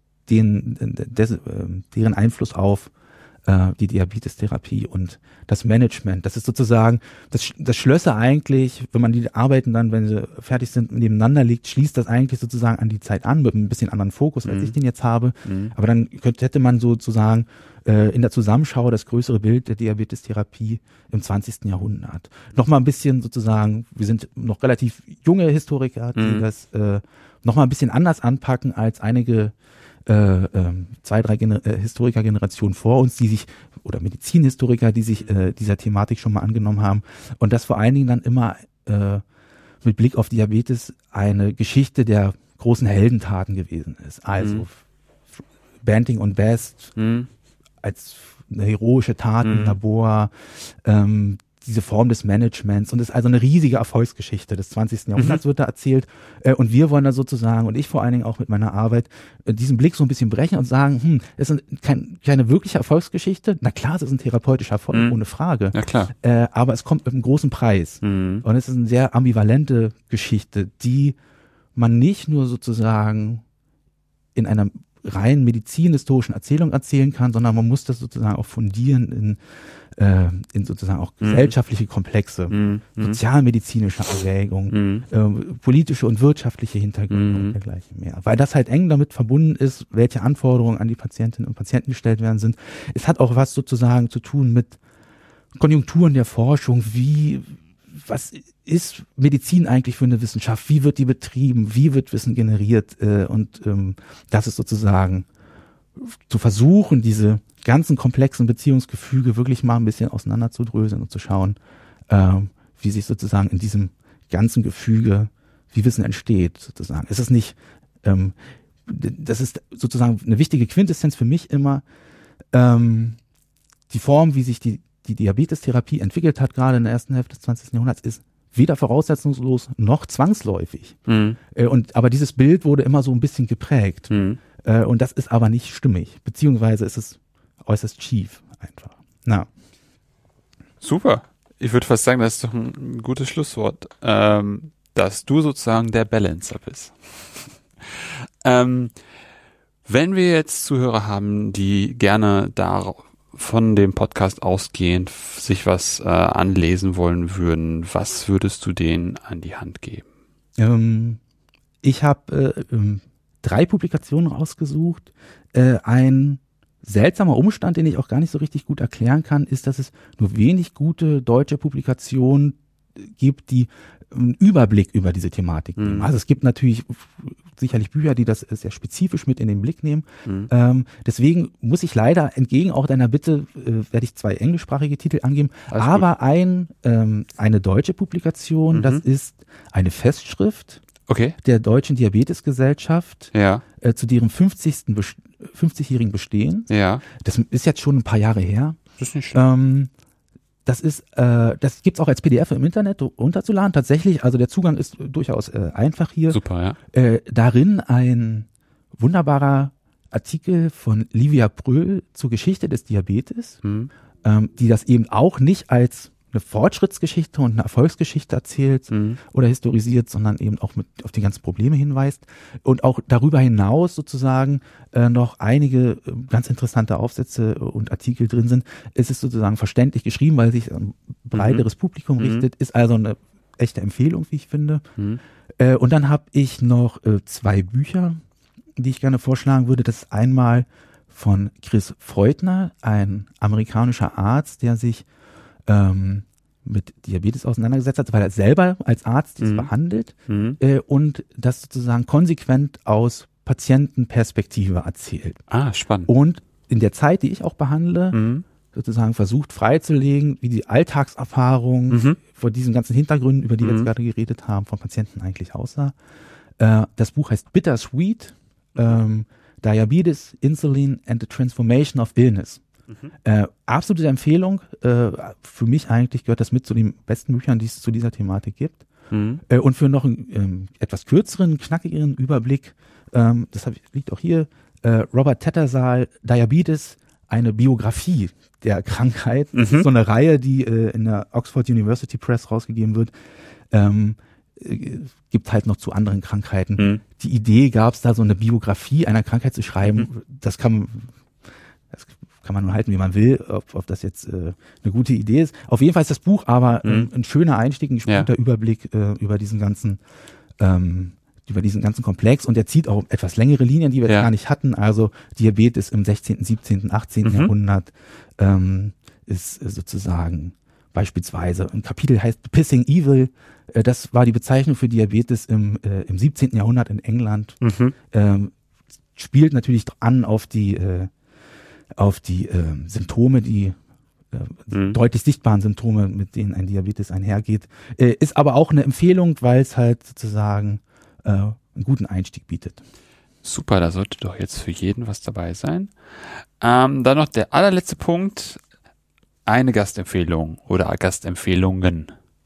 den, des, äh, deren Einfluss auf äh, die Diabetestherapie und das Management. Das ist sozusagen, das, das Schlösser eigentlich, wenn man die Arbeiten dann, wenn sie fertig sind, nebeneinander legt, schließt das eigentlich sozusagen an die Zeit an, mit ein bisschen anderen Fokus, als mhm. ich den jetzt habe. Mhm. Aber dann könnte, hätte man sozusagen äh, in der Zusammenschau das größere Bild der Diabetestherapie im zwanzigsten Jahrhundert. Nochmal ein bisschen sozusagen, wir sind noch relativ junge Historiker, die mhm. das äh, nochmal ein bisschen anders anpacken als einige Äh, äh, zwei, drei Gener- äh, Historikergenerationen vor uns, die sich, oder Medizinhistoriker, die sich äh, dieser Thematik schon mal angenommen haben und das vor allen Dingen dann immer äh, mit Blick auf Diabetes eine Geschichte der großen Heldentaten gewesen ist. Also mhm. Banting und Best mhm. als eine heroische Tat mhm. im Labor, ähm, diese Form des Managements und es ist also eine riesige Erfolgsgeschichte des zwanzigsten Jahrhunderts mhm. wird da erzählt äh, und wir wollen da sozusagen und ich vor allen Dingen auch mit meiner Arbeit äh, diesen Blick so ein bisschen brechen und sagen, hm, es ist kein, keine wirkliche Erfolgsgeschichte, na klar, es ist ein therapeutischer Erfolg, mhm. ohne Frage, ja, klar. Äh, aber es kommt mit einem großen Preis mhm. und es ist eine sehr ambivalente Geschichte, die man nicht nur sozusagen in einer rein medizinhistorischen Erzählung erzählen kann, sondern man muss das sozusagen auch fundieren in äh, in sozusagen auch gesellschaftliche Komplexe, mm, sozialmedizinische Erwägungen, mm. äh, politische und wirtschaftliche Hintergründe mm. und dergleichen mehr. Weil das halt eng damit verbunden ist, welche Anforderungen an die Patientinnen und Patienten gestellt werden sind. Es hat auch was sozusagen zu tun mit Konjunkturen der Forschung, wie was ist Medizin eigentlich für eine Wissenschaft? Wie wird die betrieben? Wie wird Wissen generiert? Äh, und ähm, das ist sozusagen zu versuchen, diese ganzen komplexen Beziehungsgefüge wirklich mal ein bisschen auseinanderzudröseln und zu schauen, ähm, wie sich sozusagen in diesem ganzen Gefüge, wie Wissen entsteht, sozusagen. Es ist nicht, ähm, das ist sozusagen eine wichtige Quintessenz für mich immer, ähm, die Form, wie sich die, die Diabetestherapie entwickelt hat, gerade in der ersten Hälfte des zwanzigsten Jahrhunderts, ist weder voraussetzungslos noch zwangsläufig. Mhm. Äh, und, aber dieses Bild wurde immer so ein bisschen geprägt. Mhm. Äh, und das ist aber nicht stimmig, beziehungsweise ist es äußerst schief einfach. Na. Super. Ich würde fast sagen, das ist doch ein gutes Schlusswort, ähm, dass du sozusagen der Balancer bist. ähm, wenn wir jetzt Zuhörer haben, die gerne da von dem Podcast ausgehend sich was äh, anlesen wollen würden, was würdest du denen an die Hand geben? Ähm, ich habe äh, ähm, drei Publikationen rausgesucht. Äh, ein seltsamer Umstand, den ich auch gar nicht so richtig gut erklären kann, ist, dass es nur wenig gute deutsche Publikationen gibt, die einen Überblick über diese Thematik geben. Mhm. Also es gibt natürlich sicherlich Bücher, die das sehr spezifisch mit in den Blick nehmen. Mhm. Ähm, deswegen muss ich leider entgegen auch deiner Bitte, äh, werde ich zwei englischsprachige Titel angeben, Alles aber ein, ähm, eine deutsche Publikation, Mhm. das ist eine Festschrift Okay. der Deutschen Diabetesgesellschaft Ja. äh, zu deren fünfzigsten Best- fünfzigjährigen Bestehen. Ja. Das ist jetzt schon ein paar Jahre her. Das ist nicht schlimm. Ähm, das ist, äh, das gibt's auch als P D F im Internet runterzuladen. Tatsächlich, also der Zugang ist durchaus äh, einfach hier. Super, ja. Äh, darin ein wunderbarer Artikel von Livia Bröhl zur Geschichte des Diabetes, Mhm. ähm, die das eben auch nicht als eine Fortschrittsgeschichte und eine Erfolgsgeschichte erzählt Mhm. oder historisiert, sondern eben auch mit auf die ganzen Probleme hinweist und auch darüber hinaus sozusagen äh, noch einige äh, ganz interessante Aufsätze und Artikel drin sind. Es ist sozusagen verständlich geschrieben, weil sich ein breiteres Publikum Mhm. richtet, ist also eine echte Empfehlung, wie ich finde. Mhm. Äh, und dann habe ich noch äh, zwei Bücher, die ich gerne vorschlagen würde. Das ist einmal von Chris Freudner, ein amerikanischer Arzt, der sich ähm, mit Diabetes auseinandergesetzt hat, weil er selber als Arzt dies Mhm. behandelt Mhm. äh, und das sozusagen konsequent aus Patientenperspektive erzählt. Ah, spannend. Und in der Zeit, die ich auch behandle, Mhm. sozusagen versucht freizulegen, wie die Alltagserfahrung Mhm. vor diesen ganzen Hintergründen, über die wir Mhm. jetzt gerade geredet haben, von Patienten eigentlich aussah. Äh, das Buch heißt Bittersweet, ähm, Diabetes, Insulin and the Transformation of Illness. Mhm. Äh, absolute Empfehlung. Äh, für mich eigentlich gehört das mit zu den besten Büchern, die es zu dieser Thematik gibt. Mhm. Äh, und für noch einen ähm, etwas kürzeren, knackigeren Überblick, ähm, das hab ich, liegt auch hier, äh, Robert Tattersall, Diabetes, eine Biografie der Krankheit. Das Mhm. ist so eine Reihe, die äh, in der Oxford University Press rausgegeben wird. Ähm, äh, gibt halt noch zu anderen Krankheiten. Mhm. Die Idee gab es da, so eine Biografie einer Krankheit zu schreiben. Mhm. Das kann, das kann man nur halten, wie man will, ob, ob das jetzt äh, eine gute Idee ist. Auf jeden Fall ist das Buch aber Mhm. ähm, ein schöner Einstieg, ein guter Überblick äh, über diesen ganzen ähm, über diesen ganzen Komplex und er zieht auch etwas längere Linien, die wir Ja. jetzt gar nicht hatten. Also Diabetes im sechzehnten, siebzehnten, achtzehnten Mhm. Jahrhundert ähm, ist äh, sozusagen beispielsweise ein Kapitel heißt Pissing Evil. Äh, das war die Bezeichnung für Diabetes im, äh, im siebzehnten Jahrhundert in England. Mhm. Ähm, spielt natürlich an auf die äh, auf die äh, Symptome, die äh, Mhm. deutlich sichtbaren Symptome, mit denen ein Diabetes einhergeht. Äh, ist aber auch eine Empfehlung, weil es halt sozusagen äh, einen guten Einstieg bietet. Super, da sollte doch jetzt für jeden was dabei sein. Ähm, dann noch der allerletzte Punkt. Eine Gastempfehlung oder Gastempfehlungen.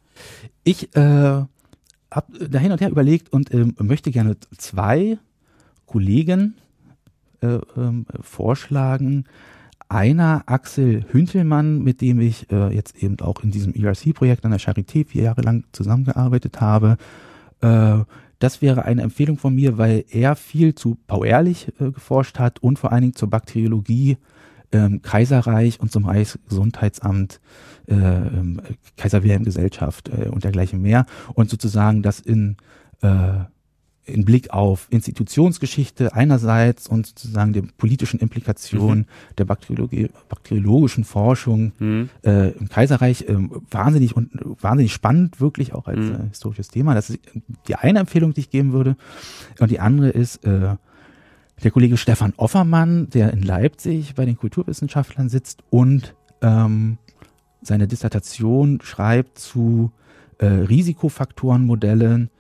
Ich äh, habe da hin und her überlegt und ähm, möchte gerne zwei Kollegen äh, ähm, vorschlagen. Einer, Axel Hüntelmann, mit dem ich äh, jetzt eben auch in diesem E R C-Projekt an der Charité vier Jahre lang zusammengearbeitet habe. Äh, das wäre eine Empfehlung von mir, weil er viel zu Paul-Ehrlich äh, geforscht hat und vor allen Dingen zur Bakteriologie, ähm, Kaiserreich und zum Reichsgesundheitsamt, äh, ähm, Kaiser-Wilhelm-Gesellschaft äh, und dergleichen mehr. Und sozusagen das in äh, in Blick auf Institutionsgeschichte einerseits und sozusagen den politischen Implikationen Mhm. der Bakteriologie, bakteriologischen Forschung Mhm. äh, im Kaiserreich äh, wahnsinnig und wahnsinnig spannend, wirklich auch als Mhm. äh, historisches Thema. Das ist die eine Empfehlung, die ich geben würde. Und die andere ist äh, der Kollege Stefan Offermann, der in Leipzig bei den Kulturwissenschaftlern sitzt und ähm, seine Dissertation schreibt zu äh, Risikofaktorenmodellen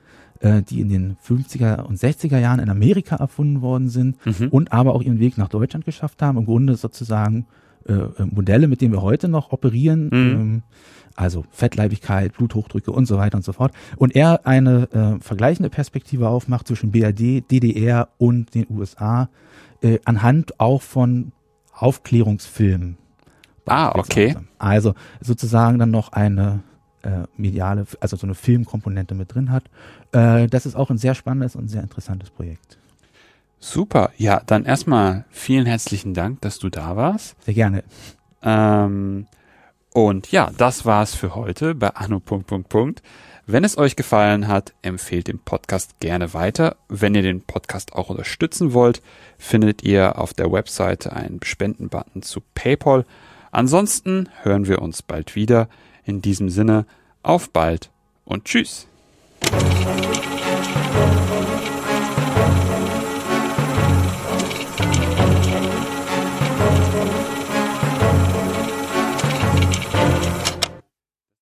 äh, die in den fünfziger und sechziger Jahren in Amerika erfunden worden sind mhm. und aber auch ihren Weg nach Deutschland geschafft haben. Im Grunde sozusagen äh, Modelle, mit denen wir heute noch operieren, mhm. ähm, also Fettleibigkeit, Bluthochdrücke und so weiter und so fort. Und er eine äh, vergleichende Perspektive aufmacht zwischen B R D, D D R und den U S A, äh, anhand auch von Aufklärungsfilmen. Ah, okay. Also sozusagen dann noch eine äh, mediale, also so eine Filmkomponente mit drin hat. Äh, das ist auch ein sehr spannendes und sehr interessantes Projekt. Super. Ja, dann erstmal vielen herzlichen Dank, dass du da warst. Sehr gerne. Ähm, und ja, das war's für heute bei Anno. Wenn es euch gefallen hat, empfehlt den Podcast gerne weiter. Wenn ihr den Podcast auch unterstützen wollt, findet ihr auf der Webseite einen Spenden-Button zu PayPal. Ansonsten hören wir uns bald wieder. In diesem Sinne, auf bald und tschüss.